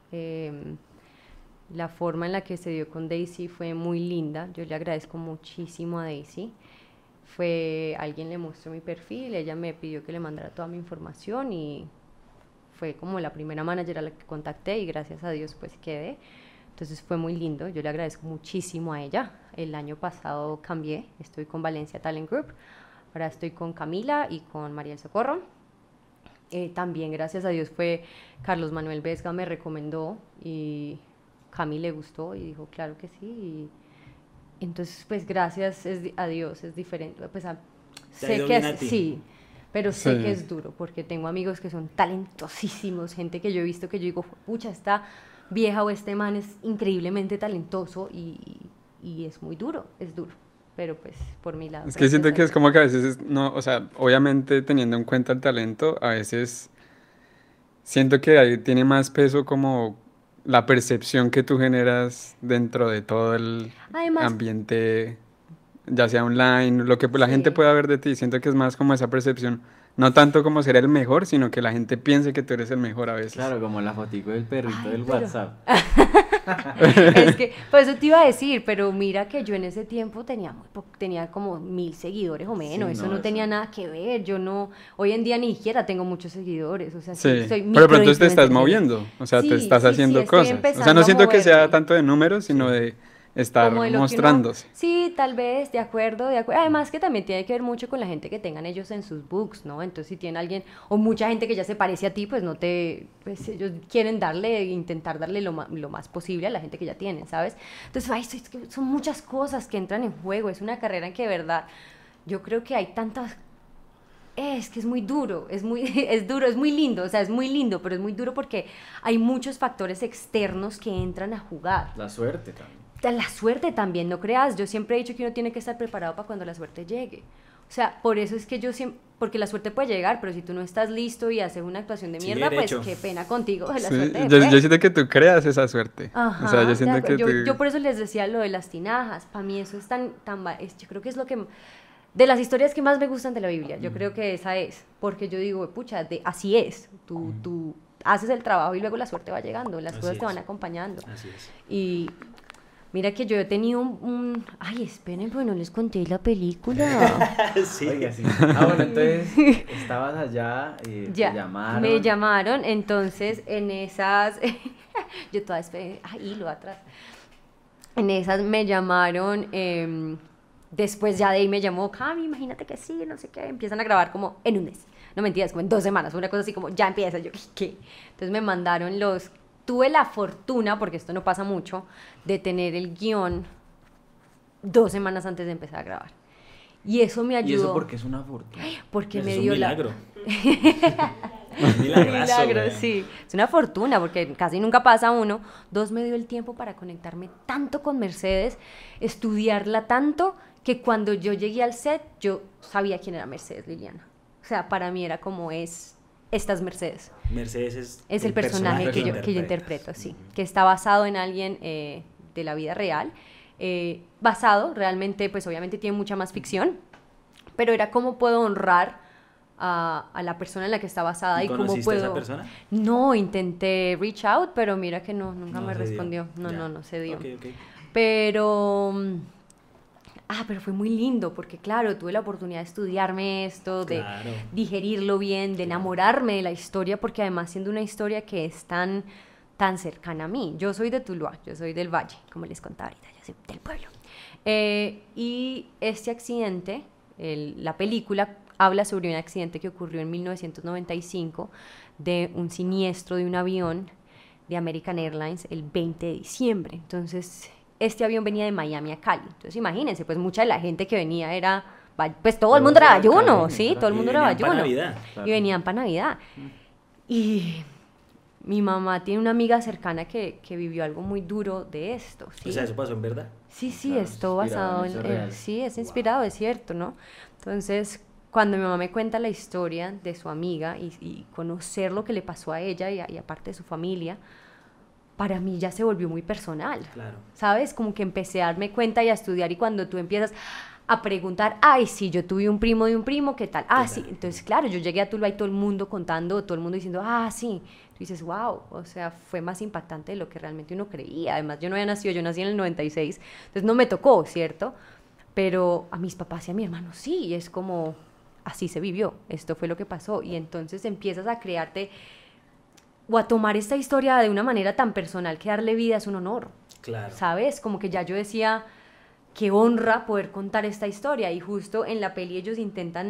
La forma en la que se dio con Daisy fue muy linda. Yo le agradezco muchísimo a Daisy. Alguien le mostró mi perfil, ella me pidió que le mandara toda mi información y fue como la primera manager a la que contacté y gracias a Dios pues quedé. Entonces fue muy lindo, yo le agradezco muchísimo a ella. El año pasado cambié, estoy con Valencia Talent Group, ahora estoy con Camila y con Mariel Socorro. También gracias a Dios fue Carlos Manuel Vesga me recomendó y Cami le gustó y dijo claro que sí. Y entonces pues gracias a Dios es diferente. Pues ¿Te ha sé ido que bien a ti? sí, pero sé Sí. que es duro porque tengo amigos que son talentosísimos, gente que yo he visto que yo digo, pucha, esta vieja o este man es increíblemente talentoso y es muy duro, es duro. Pero pues por mi lado. Es que siento gracias que a es como que a veces, no, o sea, obviamente teniendo en cuenta el talento, a veces siento que ahí tiene más peso como la percepción que tú generas dentro de todo el Además- ambiente, ya sea online, lo que la gente Sí. pueda ver de ti. Siento que es más como esa percepción, no tanto como ser el mejor, sino que la gente piense que tú eres el mejor a veces. Claro, como la fotico del perrito Ay, del pero- WhatsApp. Es que, pues eso te iba a decir, pero mira que yo en ese tiempo tenía tenía como 1000 seguidores o menos, Sí, eso no, no eso- tenía nada que ver, yo no, hoy en día ni siquiera tengo muchos seguidores, o sea, Sí, soy pero pronto te estás microinfluencer. moviendo, o sea, te Sí, estás sí, haciendo sí, estoy cosas. O sea, empezando no a siento que sea moverme. tanto de números, sino de estar Como de lo que uno- mostrándose. Sí, tal vez, de acuerdo, de acuerdo. Además que también tiene que ver mucho con la gente que tengan ellos en sus books, ¿no? Entonces, si tiene alguien, o mucha gente que ya se parece a ti, pues pues ellos quieren intentar darle lo más posible a la gente que ya tienen, ¿sabes? Entonces, es que son muchas cosas que entran en juego, es una carrera en que de verdad, yo creo que hay tantas... Es que es muy duro, es duro, es muy lindo, o sea, es muy lindo, pero es muy duro porque hay muchos factores externos que entran a jugar. La suerte también. La suerte también, no creas, yo siempre he dicho que uno tiene que estar preparado para cuando la suerte llegue. O sea, por eso es que yo siempre, porque la suerte puede llegar, pero si tú no estás listo y haces una actuación de Sí, mierda, pues derecho. qué pena contigo, la Sí, suerte yo fue. siento que tú creas esa suerte. Ajá, O sea, yo de siento que acuerdo. tú... Yo por eso les decía lo de las tinajas, para mí eso es yo creo que es lo que, de las historias que más me gustan de la Biblia, yo creo que esa es, porque yo digo, pucha, así es, tú haces el trabajo y luego la suerte va llegando, las Así cosas te es. van acompañando. Así es. Y mira que yo he tenido Ay, esperen, pues no les conté la película. Sí. Oiga, sí. Ah, bueno, entonces estabas allá, Ya, te llamaron. me llamaron, entonces en esas... yo todavía esperé, hilo atrás. En esas me llamaron Después ya de ahí me llamó, Cami, imagínate que sí, no sé qué, empiezan a grabar como en un mes. No mentiras, como en 2 semanas, una cosa así como, ya empieza, yo, ¿qué? Entonces me mandaron tuve la fortuna, porque esto no pasa mucho, de tener el guión 2 semanas antes de empezar a grabar. Y eso me ayudó. ¿Y eso porque es una fortuna? Porque Pues me es un dio milagro. Un milagrazo, milagro, güey. sí. Es una fortuna porque casi nunca pasa uno. 2, me dio el tiempo para conectarme tanto con Mercedes, estudiarla tanto, que cuando yo llegué al set, yo sabía quién era Mercedes Liliana. O sea, para mí era como esta es Mercedes. Mercedes Es el personaje que yo interpreto, sí. Que está basado en alguien de la vida real. Basado, realmente, pues obviamente tiene mucha más ficción, pero era cómo puedo honrar a la persona en la que está basada y cómo ¿Conociste puedo... a esa persona? No, intenté reach out, pero mira que nunca No me se dio. respondió. Ya. No se dio. Ok. Pero... pero fue muy lindo porque, claro, tuve la oportunidad de estudiarme esto, de Claro. digerirlo bien, de enamorarme de la historia, porque además siendo una historia que es tan cercana a mí. Yo soy de Tuluá, yo soy del Valle, como les contaba ahorita, yo soy del pueblo. Y este accidente, la película habla sobre un accidente que ocurrió en 1995 de un siniestro de un avión de American Airlines el 20 de diciembre. Entonces, este avión venía de Miami a Cali. Entonces, imagínense, pues mucha de la gente que venía era, pues todo el mundo era ayuno, ¿sí? Todo el mundo era ayuno. Navidad. Y venían para Navidad. Y mi mamá tiene una amiga cercana que vivió algo muy duro de esto, ¿sí? O sea, ¿eso pasó en verdad? Sí, Claro, esto inspirado basado en hechos reales. sí, es inspirado, es cierto, ¿no? Entonces, cuando mi mamá me cuenta la historia de su amiga y conocer lo que le pasó a ella y aparte de su familia, para mí ya se volvió muy personal. Claro. ¿Sabes? Como que empecé a darme cuenta y a estudiar, y cuando tú empiezas a preguntar, ay, sí, yo tuve un primo de un primo, ¿qué tal? Ah, sí. Entonces, claro, yo llegué a Tuluá y todo el mundo contando, todo el mundo diciendo, ah, sí. Tú dices, wow, o sea, fue más impactante de lo que realmente uno creía. Además, yo no había nacido, yo nací en el 96, entonces no me tocó, ¿cierto? Pero a mis papás y a mi hermano sí, y es como, así se vivió, esto fue lo que pasó. Y entonces empiezas a crearte o a tomar esta historia de una manera tan personal que darle vida es un honor. Claro. ¿Sabes? Como que ya yo decía, qué honra poder contar esta historia. Y justo en la peli ellos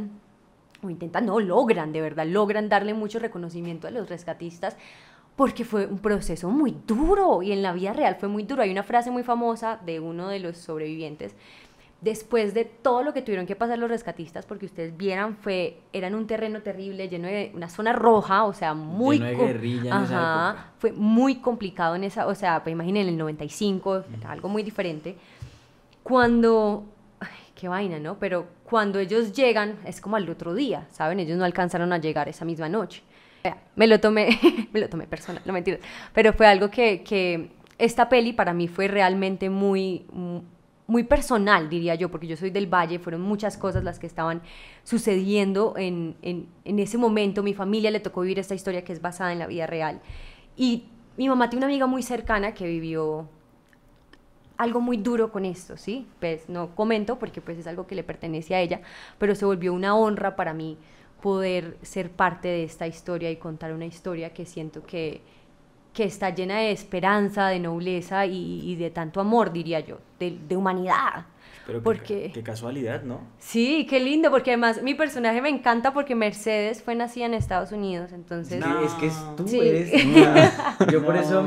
logran, de verdad, logran darle mucho reconocimiento a los rescatistas, porque fue un proceso muy duro y en la vida real fue muy duro. Hay una frase muy famosa de uno de los sobrevivientes, después de todo lo que tuvieron que pasar los rescatistas, porque ustedes vieran, eran un terreno terrible, lleno de una zona roja, o sea, muy... Lleno de guerrilla en esa época. Fue muy complicado en esa, o sea, pues imaginen, en el 95, era algo muy diferente. Cuando... Ay, qué vaina, ¿no? Pero cuando ellos llegan, es como al otro día, ¿saben? Ellos no alcanzaron a llegar esa misma noche. Me lo tomé personal, no mentiras. Pero fue algo que esta peli para mí fue realmente muy personal, diría yo, porque yo soy del Valle, fueron muchas cosas las que estaban sucediendo en ese momento. Mi familia le tocó vivir esta historia que es basada en la vida real. Y mi mamá tiene una amiga muy cercana que vivió algo muy duro con esto, ¿sí? Pues no comento porque pues es algo que le pertenece a ella, pero se volvió una honra para mí poder ser parte de esta historia y contar una historia que siento que está llena de esperanza, de nobleza y de tanto amor, diría yo, de humanidad. Pero porque qué casualidad, ¿no? Sí, qué lindo, porque además mi personaje me encanta porque Mercedes fue nacida en Estados Unidos, entonces... No. Es que tú Sí. eres una- Yo por eso...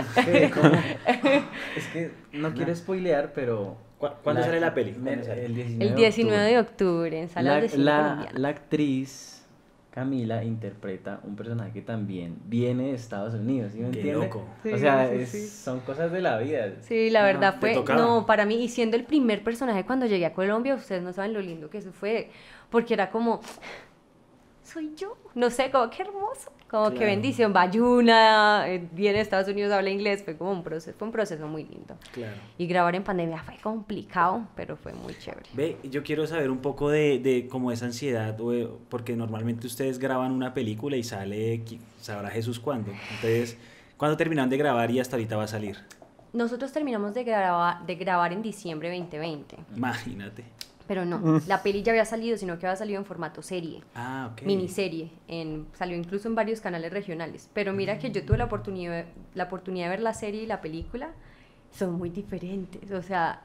Es que no quiero spoilear, pero... ¿Cuándo sale la peli? El 19 de octubre en salas de cine colombiana. La actriz Camila interpreta un personaje que también viene de Estados Unidos, ¿sí me Qué entiende? loco. O sea, Sí, sí. son cosas de la vida. Sí, la verdad te fue, tocaba. no, para mí, y siendo el primer personaje cuando llegué a Colombia, ustedes no saben lo lindo que eso fue, porque era como, soy yo, no sé, como qué hermoso, como Claro. qué bendición, Bayuna, viene de Estados Unidos, habla inglés, fue como un proceso muy lindo. Claro. Y grabar en pandemia fue complicado, pero fue muy chévere. Ve, yo quiero saber un poco de como esa ansiedad, porque normalmente ustedes graban una película y sale, sabrá Jesús cuándo. Entonces, ¿cuándo terminaron de grabar y hasta ahorita va a salir? Nosotros terminamos de grabar en diciembre 2020, Imagínate. pero no, la peli ya había salido, sino que había salido en formato serie. Ah, ok. Miniserie, salió incluso en varios canales regionales, pero mira que yo tuve la oportunidad de ver la serie y la película, son muy diferentes, o sea,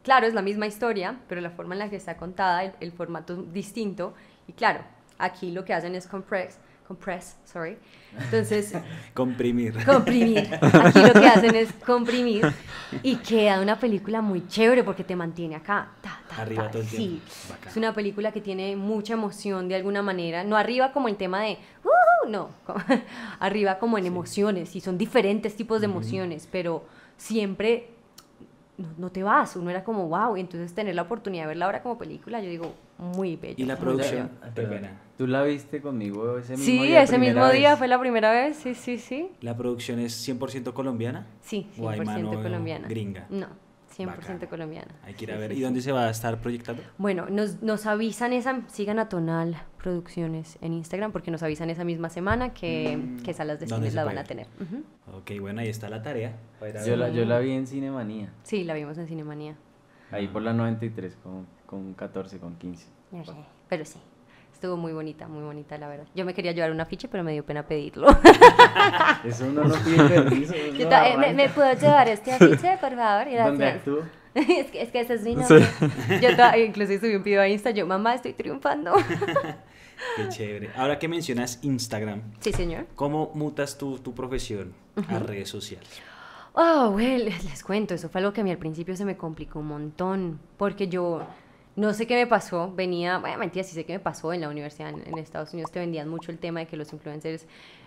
claro, es la misma historia, pero la forma en la que está contada, el formato es distinto. Y claro, aquí lo que hacen es compress, sorry. Entonces, Comprimir. comprimir. Aquí lo que hacen es comprimir y queda una película muy chévere porque te mantiene acá. Arriba todo el Sí, tiempo. Bacán. es una película que tiene mucha emoción de alguna manera. No arriba como el tema de, no, arriba como en emociones. Y son diferentes tipos de emociones, pero siempre no te vas. Uno era como, wow. Y entonces tener la oportunidad de verla ahora como película, yo digo, muy bello. Y la muy producción. bello. Qué pena. ¿Tú la viste conmigo ese mismo Sí, día? ese mismo primera día vez? fue la primera vez, sí. ¿La producción es 100% colombiana? Sí, ¿O hay 100% mano colombiana. gringa? No, 100% Bacano. colombiana. Hay que ir a Sí, ver. sí, ¿Y sí. dónde se va a estar proyectando? Bueno, nos avisan sigan a Tonal Producciones en Instagram porque nos avisan esa misma semana que Salas de ¿Dónde Cine se la puede van a ver? tener. Ujú. Ok, bueno, ahí está la tarea. para ir a Yo verla. la vi en Cinemanía, Sí, la vimos en Cinemanía. ahí por la 93, con 14, con 15. No sé, pero sí. Estuvo muy bonita, la verdad. Yo me quería llevar un afiche, pero me dio pena pedirlo. Eso uno no pide permiso. Yo uno ¿Me arranca. puedo llevar este afiche, por favor? ¿Dónde Gracias. actúo? Es que ese es mi nombre. Incluso subí un video a Insta, yo, mamá, estoy triunfando. Qué chévere. Ahora que mencionas Instagram, Sí, señor. ¿cómo mutas tu profesión a redes sociales? Oh, well, les cuento, eso fue algo que a mí al principio se me complicó un montón, porque yo no sé qué me pasó, bueno, mentira, sí sé qué me pasó en la universidad en Estados Unidos, te vendían mucho el tema de que los influencers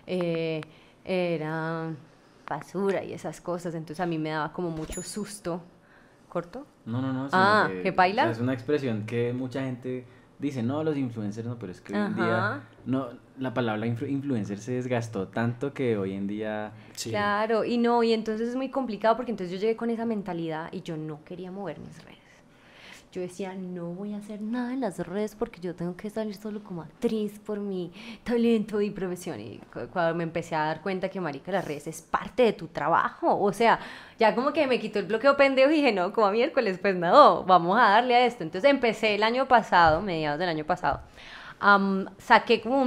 eran basura y esas cosas, entonces a mí me daba como mucho susto. ¿Corto? No, sino Ah, ¿que baila? o sea, es una expresión que mucha gente dice, no, los influencers no, pero es que hoy en Ajá. día, no, la palabra influencer se desgastó tanto que hoy en día, Sí. Claro, y entonces es muy complicado porque entonces yo llegué con esa mentalidad y yo no quería mover mis redes. Yo decía, no voy a hacer nada en las redes porque yo tengo que salir solo como actriz por mi talento y profesión. Y cuando me empecé a dar cuenta que, marica, las redes es parte de tu trabajo. O sea, ya como que me quitó el bloqueo pendejo y dije, no, como a miércoles, pues no, vamos a darle a esto. Entonces empecé el año pasado, mediados del año pasado, saqué como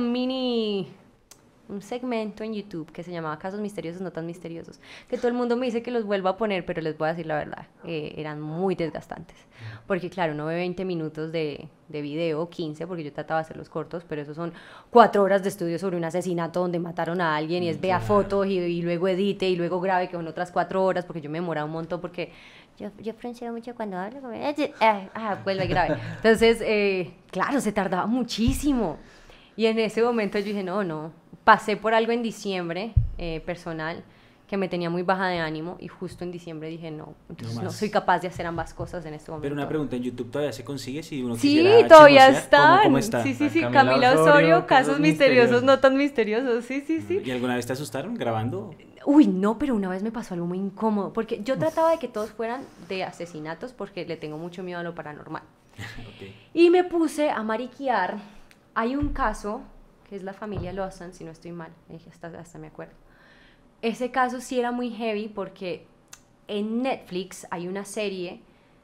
un segmento en YouTube que se llamaba Casos Misteriosos, No Tan Misteriosos, que todo el mundo me dice que los vuelva a poner, pero les voy a decir la verdad, eran muy desgastantes, porque claro, uno ve 20 minutos de video, 15, porque yo trataba de hacer los cortos, pero esos son 4 horas de estudio sobre un asesinato donde mataron a alguien, y es vea fotos, y luego edite, y luego grabe, que son otras 4 horas, porque yo me demoraba un montón, porque yo frenseo mucho cuando hablo, vuelve y grabe. Entonces, claro, se tardaba muchísimo. Y en ese momento yo dije, no, pasé por algo en diciembre personal que me tenía muy baja de ánimo y justo en diciembre dije, no, entonces No no más. soy capaz de hacer ambas cosas en este momento. Pero una pregunta, ¿en YouTube todavía se consigue si uno Sí, quisiera todavía chismosear? están. ¿Cómo está? Sí, Camila Camila Osorio, Osorio, Casos casos misteriosos, Misteriosos. no tan misteriosos, sí. ¿Y alguna vez te asustaron grabando? Uy, no, pero una vez me pasó algo muy incómodo, porque yo trataba de que todos fueran de asesinatos porque le tengo mucho miedo a lo paranormal. Ok. Y me puse a mariquear. Hay un caso, que es la familia Lawson, si no estoy mal, hasta me acuerdo. Ese caso sí era muy heavy porque en Netflix hay una serie,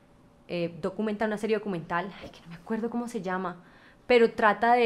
una serie documental, ay, que no me acuerdo cómo se llama, pero trata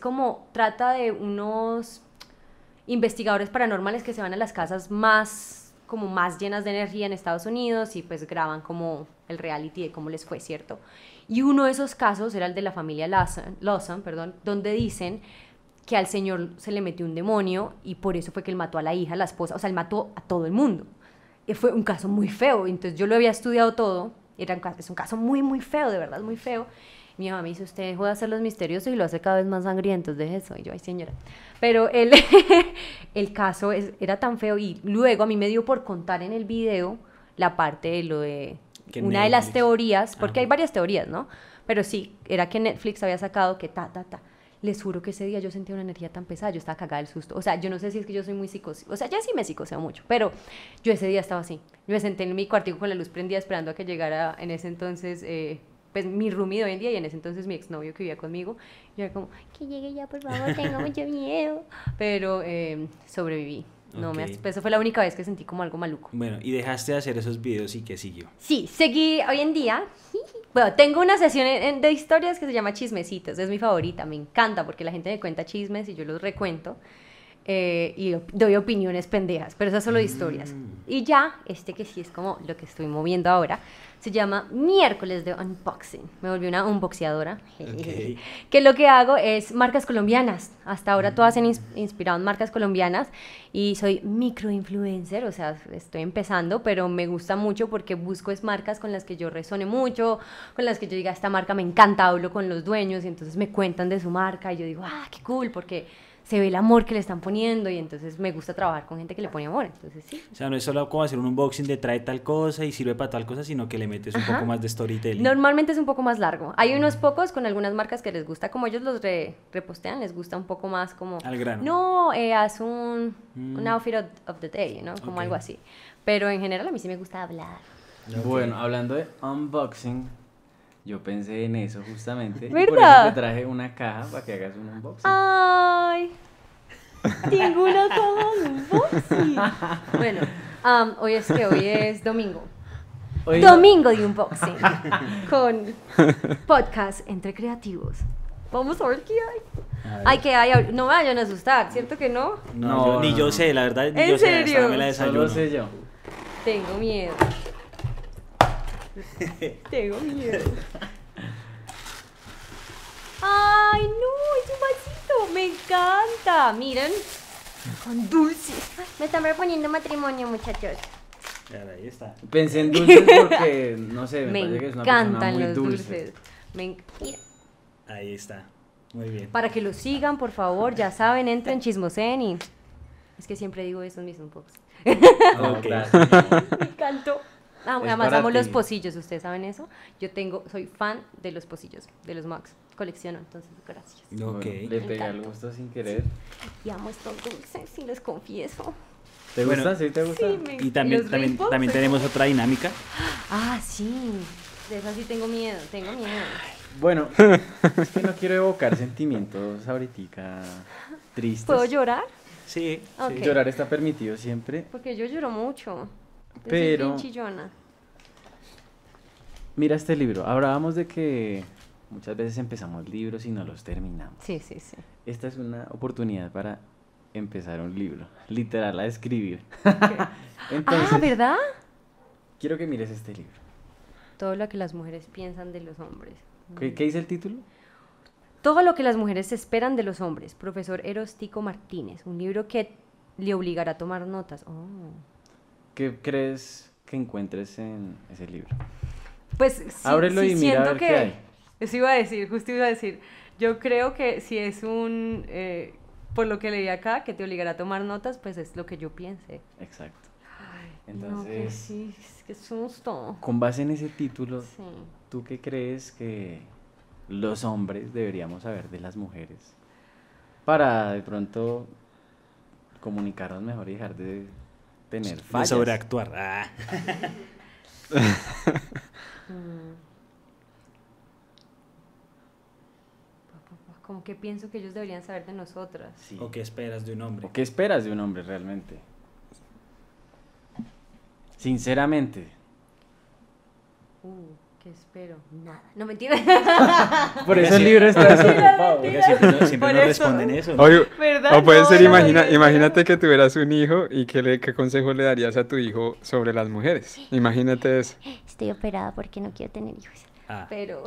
de unos investigadores paranormales que se van a las casas más llenas de energía en Estados Unidos y pues graban como el reality de cómo les fue, ¿cierto? Y uno de esos casos era el de la familia Lawson, donde dicen que al señor se le metió un demonio y por eso fue que él mató a la hija, a la esposa, o sea, él mató a todo el mundo. Y fue un caso muy feo, entonces yo lo había estudiado todo, es un caso muy, muy feo, de verdad, muy feo. Mi mamá me dice, usted dejó de hacer los misteriosos y lo hace cada vez más sangrientos, deje eso. Y yo, ay señora. Pero el caso era tan feo y luego a mí me dio por contar en el video la parte de lo de Que una de las Netflix. teorías, porque Ah. hay varias teorías, ¿no? Pero sí, era que Netflix había sacado que Les juro que ese día yo sentía una energía tan pesada, yo estaba cagada del susto. O sea, yo no sé si es que yo soy muy psicoseo, o sea, ya sí me psicoseo mucho, pero yo ese día estaba así. Yo me senté en mi cuartico con la luz prendida esperando a que llegara en ese entonces, pues mi roomie de hoy en día y en ese entonces mi exnovio que vivía conmigo. Yo era como, que llegue ya, por favor, tengo mucho miedo. Pero sobreviví. No Ok. eso fue la única vez que sentí como algo maluco. Bueno, y dejaste de hacer esos videos y ¿qué siguió? Sí, seguí hoy en día. Bueno, tengo una sesión de historias que se llama Chismecitos, es mi favorita, me encanta porque la gente me cuenta chismes y yo los recuento. y doy opiniones pendejas, pero esas solo historias. Y ya, que sí es como lo que estoy moviendo ahora, se llama Miércoles de Unboxing. Me volví una unboxeadora. Ok. Que lo que hago es marcas colombianas. Hasta ahora todas se han inspirado en marcas colombianas y soy microinfluencer, o sea, estoy empezando, pero me gusta mucho porque busco es marcas con las que yo resone mucho, con las que yo diga, esta marca me encanta, hablo con los dueños y entonces me cuentan de su marca y yo digo, qué cool, porque se ve el amor que le están poniendo y entonces me gusta trabajar con gente que le pone amor, entonces sí. O sea, no es solo como hacer un unboxing de trae tal cosa y sirve para tal cosa, sino que le metes un poco más de storytelling. Normalmente es un poco más largo. Hay unos pocos con algunas marcas que les gusta, como ellos los repostean, les gusta un poco más como... Al grano. No, haz un outfit of the day, ¿no? Como Ok. algo así. Pero en general a mí sí me gusta hablar. Ok. Bueno, hablando de unboxing, yo pensé en eso justamente. Y por ¿Verdad? eso te traje una caja para que hagas un unboxing. ¡Ay! Tengo una caja de unboxing. Bueno, hoy es domingo. Hoy- Domingo de unboxing. Con podcast entre creativos. Vamos a ver qué hay. A ver. Ay, que hay. No me vayan a asustar, ¿cierto que no? No, No, yo, ni no, yo no. sé, la verdad. Ni ¿En yo sé, serio? hasta me la Solo desayuno. sé yo. Tengo miedo. Tengo miedo. ¡Ay, no! ¡Es un vasito! ¡Me encanta! Miren. Con dulces. Ay, me están proponiendo matrimonio, muchachos. Claro, ahí está. Pensé en dulces porque, no sé, me, Me parece que es una persona encantan muy los dulce. dulces. Mira. Ahí está. Muy bien. Para que lo sigan, por favor, ya saben, entren, chismosen y... Es que siempre digo eso en mis unboxings. No, Ok. gracias. Me encantó. Es Además para amo los ti. pocillos, ¿ustedes saben eso? Soy fan de los pocillos, de los mugs. Colecciono, entonces gracias. Ok. Bueno, le Me pegué al encanta. gusto sin querer. Y amo estos dulces, sí les confieso. ¿Te Bueno, gusta? ¿Sí te gusta? Sí, me... Y también, los también, rainbows, también soy tenemos como- otra dinámica. Ah, sí. De eso sí tengo miedo. Bueno, es que no quiero evocar sentimientos ahorita tristes. ¿Puedo llorar? Sí. Ok. sí. Llorar está permitido siempre. Porque yo lloro mucho. Yo soy Pero- bien chillona. Mira este libro. Hablábamos de que muchas veces empezamos libros y no los terminamos. Sí, sí, sí. Esta es una oportunidad para empezar un libro, literal, a escribir. Entonces, Ah, ¿verdad? quiero que mires este libro. Todo lo que las mujeres piensan de los hombres. ¿Qué dice el título? Todo lo que las mujeres esperan de los hombres. Profesor Eros Tico Martínez. Un libro que le obligará a tomar notas. Oh. ¿Qué crees que encuentres en ese libro? Pues sí, Ábrelo sí y mira a siento ver que... qué hay. Eso iba a decir, justo iba a decir. Yo creo que si es por lo que leí acá, que te obligará a tomar notas, pues es lo que yo piense. Exacto. No, que Entonces, sí, qué susto. con base en ese título, Sí. ¿tú qué crees que los hombres deberíamos saber de las mujeres? Para de pronto comunicarnos mejor y dejar de tener De fallas. sobreactuar. Ah. Como que pienso que ellos deberían saber de nosotras. Sí. ¿O qué esperas de un hombre? ¿O qué esperas de un hombre realmente? Sinceramente. ¿Qué espero? Nada. No, mentira. Por eso el libro está desocupado. Oiga, siempre Por nos eso. responden eso. ¿no? Oye, ¿Verdad? o puede No, ser, no lo digas, imagínate que tuvieras un hijo y qué consejo le darías a tu hijo sobre las mujeres. Imagínate eso. Estoy operada porque no quiero tener hijos. Ah, Pero,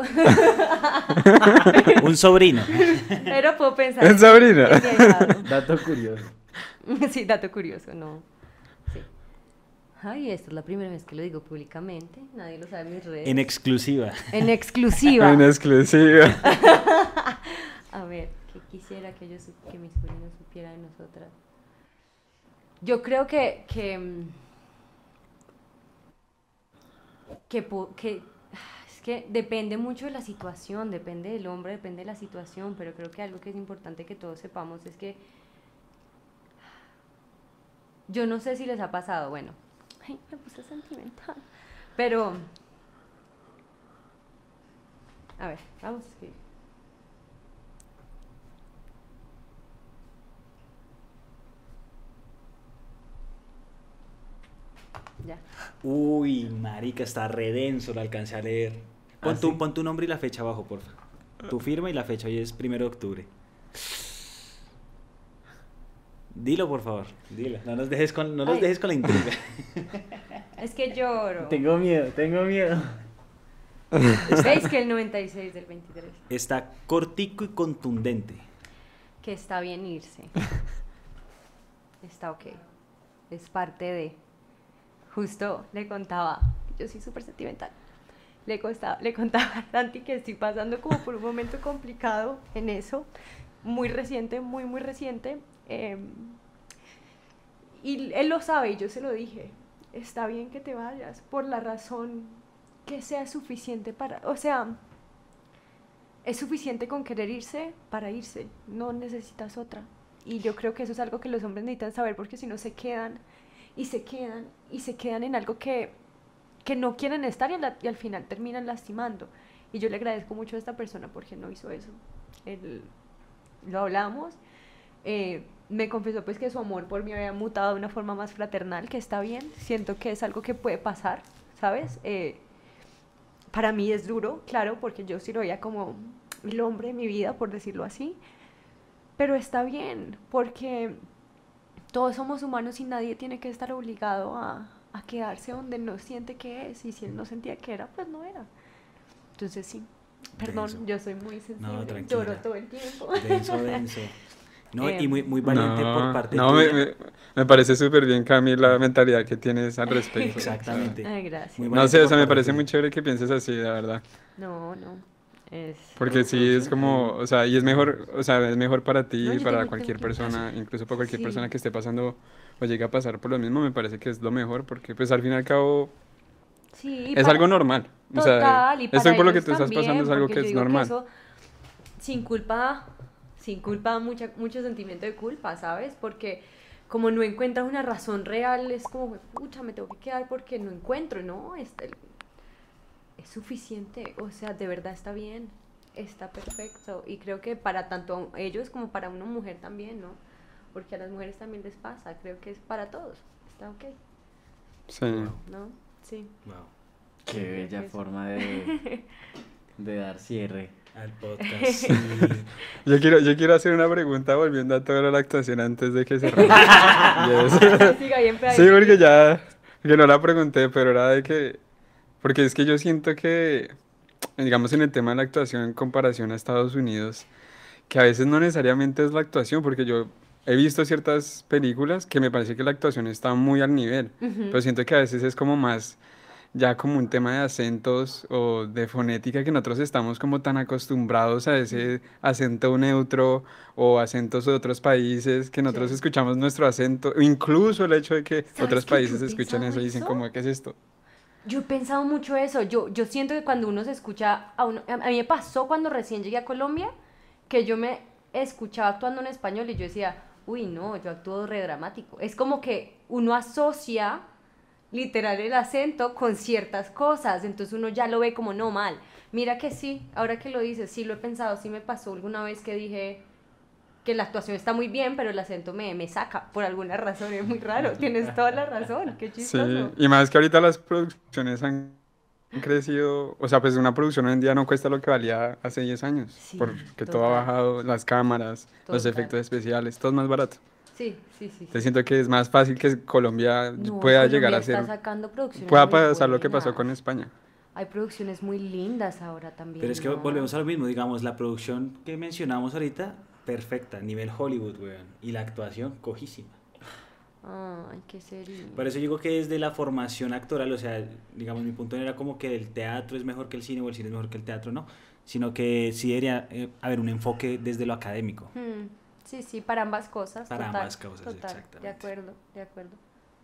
un sobrino. pero puedo pensar. ¿Es sobrino? en mi ahijado. Dato curioso. Sí, dato curioso, ¿no? Sí. Ay, esta es la primera vez que lo digo públicamente. Nadie lo sabe en mis redes. En exclusiva. En exclusiva. En exclusiva. A ver, ¿qué quisiera que que mi sobrino supiera de nosotras? Yo creo que es que depende mucho de la situación, depende del hombre, depende de la situación, pero creo que algo que es importante que todos sepamos es que yo no sé si les ha pasado, bueno, ay, me puse sentimental, pero a ver, vamos a escribir. Ya. Uy, marica, está re denso, lo alcancé a leer. ¿Ah, sí? Pon tu nombre y la fecha abajo, porfa. Tu firma y la fecha, hoy es 1 de octubre. Dilo, por favor, dilo. No nos dejes con Ay. la intriga. Es que lloro. Tengo miedo. ¿Veis que el 96 del 23? Está cortico y contundente. Que está bien irse. Está ok. Es parte de... Justo le contaba, yo soy súper sentimental. Le contaba a Santi que estoy pasando como por un momento complicado en eso. Muy reciente, muy, muy reciente. Y él lo sabe y yo se lo dije. Está bien que te vayas por la razón que sea suficiente para... O sea, es suficiente con querer irse para irse. No necesitas otra. Y yo creo que eso es algo que los hombres necesitan saber porque si no se quedan y se quedan y se quedan en algo que no quieren estar y al final terminan lastimando. Y yo le agradezco mucho a esta persona porque no hizo eso. Lo hablamos. Me confesó pues que su amor por mí había mutado de una forma más fraternal, que está bien. Siento que es algo que puede pasar, ¿sabes? Para mí es duro, claro, porque yo sí lo veía como el hombre de mi vida, por decirlo así. Pero está bien, porque todos somos humanos y nadie tiene que estar obligado a quedarse donde no siente que es. Y si él no sentía que era, pues no era. Entonces sí, perdón, Denso. yo soy muy sensible, No, tranquila. lloro todo el tiempo. Denso. No, y muy valiente por parte no, tuya. me parece súper bien, Cami, la mentalidad que tienes al respecto. Exactamente. Ay, gracias. Muy No valiente sé, o por sea, me parte parece tuya. muy chévere que pienses así, la verdad. No. Porque sí, es como, o sea, y es mejor, o sea, es mejor para ti No, y yo para tengo cualquier que- persona, incluso para cualquier Sí. persona que esté pasando o llegue a pasar por lo mismo, me parece que es lo mejor, porque pues al fin y al cabo Sí, es algo normal. O sea, Total, y para esto por lo que ellos tú estás también, pasando es algo porque que yo es digo normal. eso, sin culpa, mucho sentimiento de culpa, ¿sabes? Porque como no encuentras una razón real, es como, pucha, me tengo que quedar porque no encuentro, ¿no? Es suficiente, o sea, de verdad está bien, está perfecto. Y creo que para tanto ellos como para una mujer también, ¿no? Porque a las mujeres también les pasa, creo que es para todos, está ok, Sí. ¿no? Sí. Wow. Qué bella forma de dar cierre. Al podcast. Yo quiero hacer una pregunta volviendo a toda la actuación antes de que se Yes. Siga bien, pero ahí Sí, sí. porque ya, que no la pregunté, pero era de que, porque es que yo siento que, digamos en el tema de la actuación en comparación a Estados Unidos, que a veces no necesariamente es la actuación, porque yo he visto ciertas películas que me parece que la actuación está muy al nivel, pero siento que a veces es como más ya como un tema de acentos o de fonética que nosotros estamos como tan acostumbrados a ese acento neutro o acentos de otros países que nosotros Sí. escuchamos nuestro acento, o incluso el hecho de que ¿Sabes otros que yo he países escuchan eso pensado y dicen eso? como, ¿qué es esto? Yo he pensado mucho eso. Yo siento que cuando uno se escucha a mí me pasó cuando recién llegué a Colombia que yo me escuchaba actuando en español y yo decía, uy, no, yo actúo re dramático. Es como que uno asocia literal el acento con ciertas cosas, entonces uno ya lo ve como no mal. Mira que sí, ahora que lo dices, sí lo he pensado, sí me pasó alguna vez que dije que la actuación está muy bien, pero el acento me saca por alguna razón, es muy raro, tienes toda la razón, qué Sí, chistoso. y más que ahorita las producciones han crecido, o sea, pues una producción hoy en día no cuesta lo que valía hace 10 años, Sí, porque todo ha total. bajado, las cámaras, los Total. efectos especiales, todo es más barato. Sí. Entonces siento que es más fácil que Colombia No, pueda Colombia llegar a está ser, sacando producciones pueda muy pasar lo que pasó buenas. con España. Hay producciones muy lindas ahora también. Pero es que ¿no? volvemos a lo mismo, digamos, la producción que mencionamos ahorita, perfecta, nivel Hollywood, weón. Y la actuación, cojísima. Ay, qué serio. Por eso digo que desde la formación actoral, o sea, digamos, mi punto no era como que el teatro es mejor que el cine o el cine es mejor que el teatro, no. Sino que sí debería haber un enfoque desde lo académico. Sí, para ambas cosas. Para total, ambas causas, total, exactamente. De acuerdo.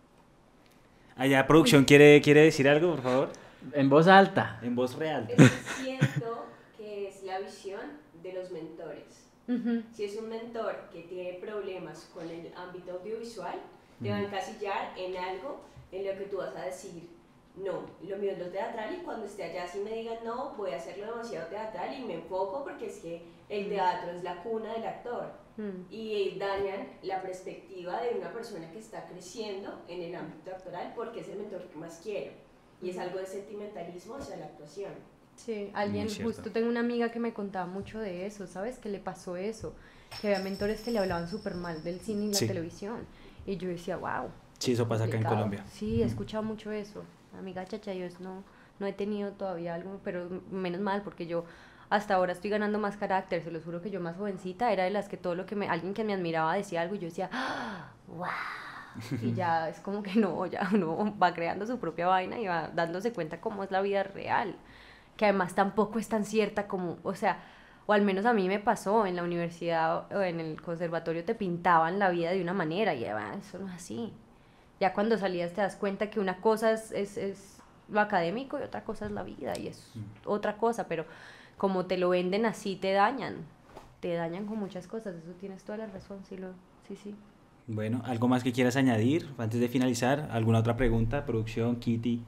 Allá, producción, ¿quiere decir algo, por favor? En voz alta. En voz real. Siento que es la visión de los mentores. Si es un mentor que tiene problemas con el ámbito audiovisual, te va a encasillar en algo en lo que tú vas a decir, no, lo mío es lo teatral y cuando esté allá si me digan no, voy a hacerlo demasiado teatral y me enfoco porque es que el teatro es la cuna del actor y dañan la perspectiva de una persona que está creciendo en el ámbito actoral porque es el mentor que más quiero y es algo de sentimentalismo hacia la actuación. Sí, alguien, Muy cierto. justo tengo una amiga que me contaba mucho de eso, ¿sabes? Que le pasó eso. que había mentores que le hablaban súper mal del cine y la Sí. televisión. Y yo decía, wow. Sí, eso pasa acá en Colombia. Sí, he escuchado mucho eso. Amiga chacha, yo no he tenido todavía algo, pero menos mal, porque yo hasta ahora estoy ganando más carácter. Se los juro que yo más jovencita era de las que todo lo que alguien que me admiraba decía algo y yo decía, wow. Y ya es como que no, ya uno va creando su propia vaina y va dándose cuenta cómo es la vida real, que además tampoco es tan cierta como, o sea, o al menos a mí me pasó en la universidad o en el conservatorio, te pintaban la vida de una manera y eso no es así. Ya cuando salías te das cuenta que una cosa es lo académico y otra cosa es la vida y es otra cosa, pero como te lo venden así te dañan con muchas cosas. Eso tienes toda la razón, sí. Bueno, ¿algo más que quieras añadir antes de finalizar? ¿Alguna otra pregunta? Producción, Kitty.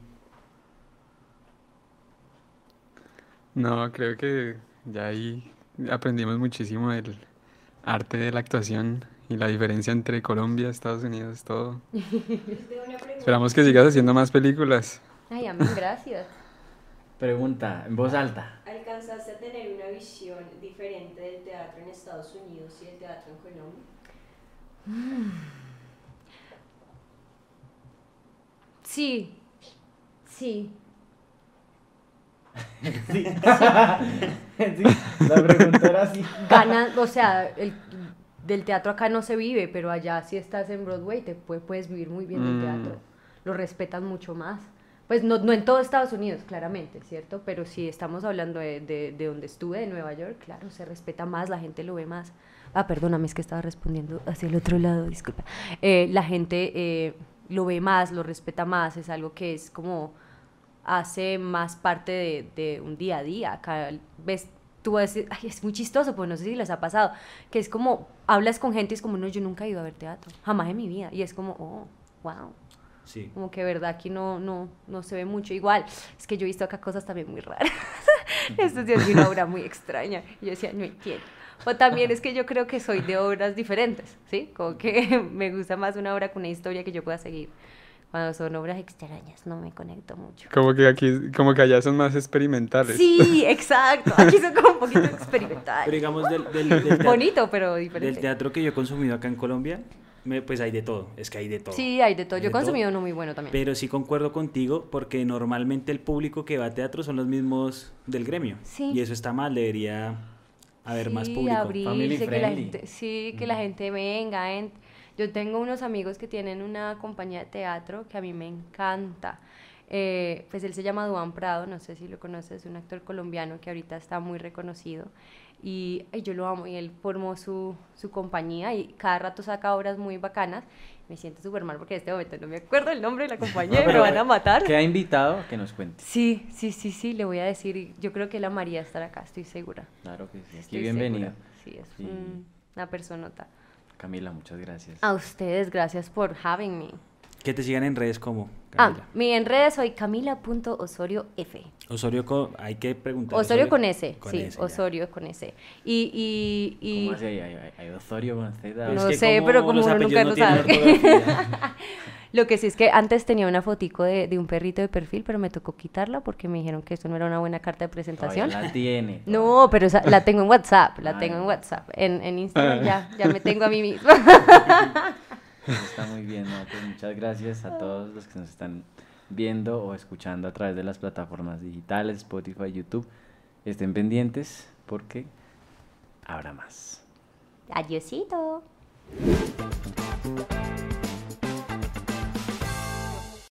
No, creo que ya ahí aprendimos muchísimo del arte de la actuación y la diferencia entre Colombia, Estados Unidos, todo. Yo tengo una pregunta. Esperamos que sigas haciendo más películas. Ay, a mí, gracias. Pregunta, en voz alta. ¿Alcanzaste a tener una visión diferente del teatro en Estados Unidos y del teatro en Colombia? Sí. Sí, la pregunta era así. O sea, del teatro acá no se vive, pero allá si estás en Broadway puedes vivir muy bien del teatro. Lo respetan mucho más. Pues no en todo Estados Unidos, claramente, ¿cierto? Pero si estamos hablando de donde estuve, de Nueva York, claro, se respeta más, la gente lo ve más. Perdóname, es que estaba respondiendo hacia el otro lado, disculpa. La gente lo ve más, lo respeta más, es algo que es como hace más parte de un día a día. Acá ves, tú vas a decir, ay, es muy chistoso, pues no sé si les ha pasado, que es como, hablas con gente y es como, no, yo nunca he ido a ver teatro, jamás en mi vida, y es como, oh, wow. Sí. Como que verdad aquí no se ve mucho. Igual, es que yo he visto acá cosas también muy raras. Estos días vi una obra muy extraña y yo decía, no entiendo. O también es que yo creo que soy de obras diferentes, ¿sí? Como que me gusta más una obra con una historia que yo pueda seguir. Cuando son obras extrañas no me conecto mucho. Como que allá son más experimentales. Sí, exacto. Aquí son como un poquito experimentales. Pero digamos del teatro, Bonito, pero diferente. del teatro que yo he consumido acá en Colombia, pues hay de todo, es que hay de todo. Sí, hay de todo. Hay Yo he de todo. consumido uno muy bueno también. Pero sí concuerdo contigo porque normalmente el público que va a teatro son los mismos del gremio. Sí. Y eso está mal, debería haber más Sí, público. Family abrirse, que la friendly. gente, sí, que la gente venga. Yo tengo unos amigos que tienen una compañía de teatro que a mí me encanta. Pues él se llama Duan Prado, no sé si lo conoces, es un actor colombiano que ahorita está muy reconocido. Y yo lo amo, y él formó su compañía y cada rato saca obras muy bacanas. Me siento súper mal porque en este momento no me acuerdo el nombre de la compañía y me van a matar. Queda invitado que nos cuente. Sí, le voy a decir. Y yo creo que la María estará acá, estoy segura. Claro que sí. Aquí Estoy bienvenido. segura. Sí, es Sí. una personota. Camila, muchas gracias. A ustedes, gracias por having me. Que te sigan en redes como Camila. En redes soy camila.osoriof. Osorio, hay que preguntar. Osorio con S, Con sí, S, ya. Osorio con S. Y ¿Cómo así? ¿Hay Osorio con Z? No Es que sé, pero como los uno nunca apellidos lo no tienen sabe. ortografía. lo que sí es que antes tenía una fotico de un perrito de perfil, pero me tocó quitarla porque me dijeron que eso no era una buena carta de presentación. Todavía la tiene. No, pero la tengo en WhatsApp, Ah, tengo en no. WhatsApp. En Instagram ya me tengo a mí misma. Está muy bien, ¿no? Pues muchas gracias a todos los que nos están viendo o escuchando a través de las plataformas digitales, Spotify, YouTube. Estén pendientes porque habrá más. Adiosito.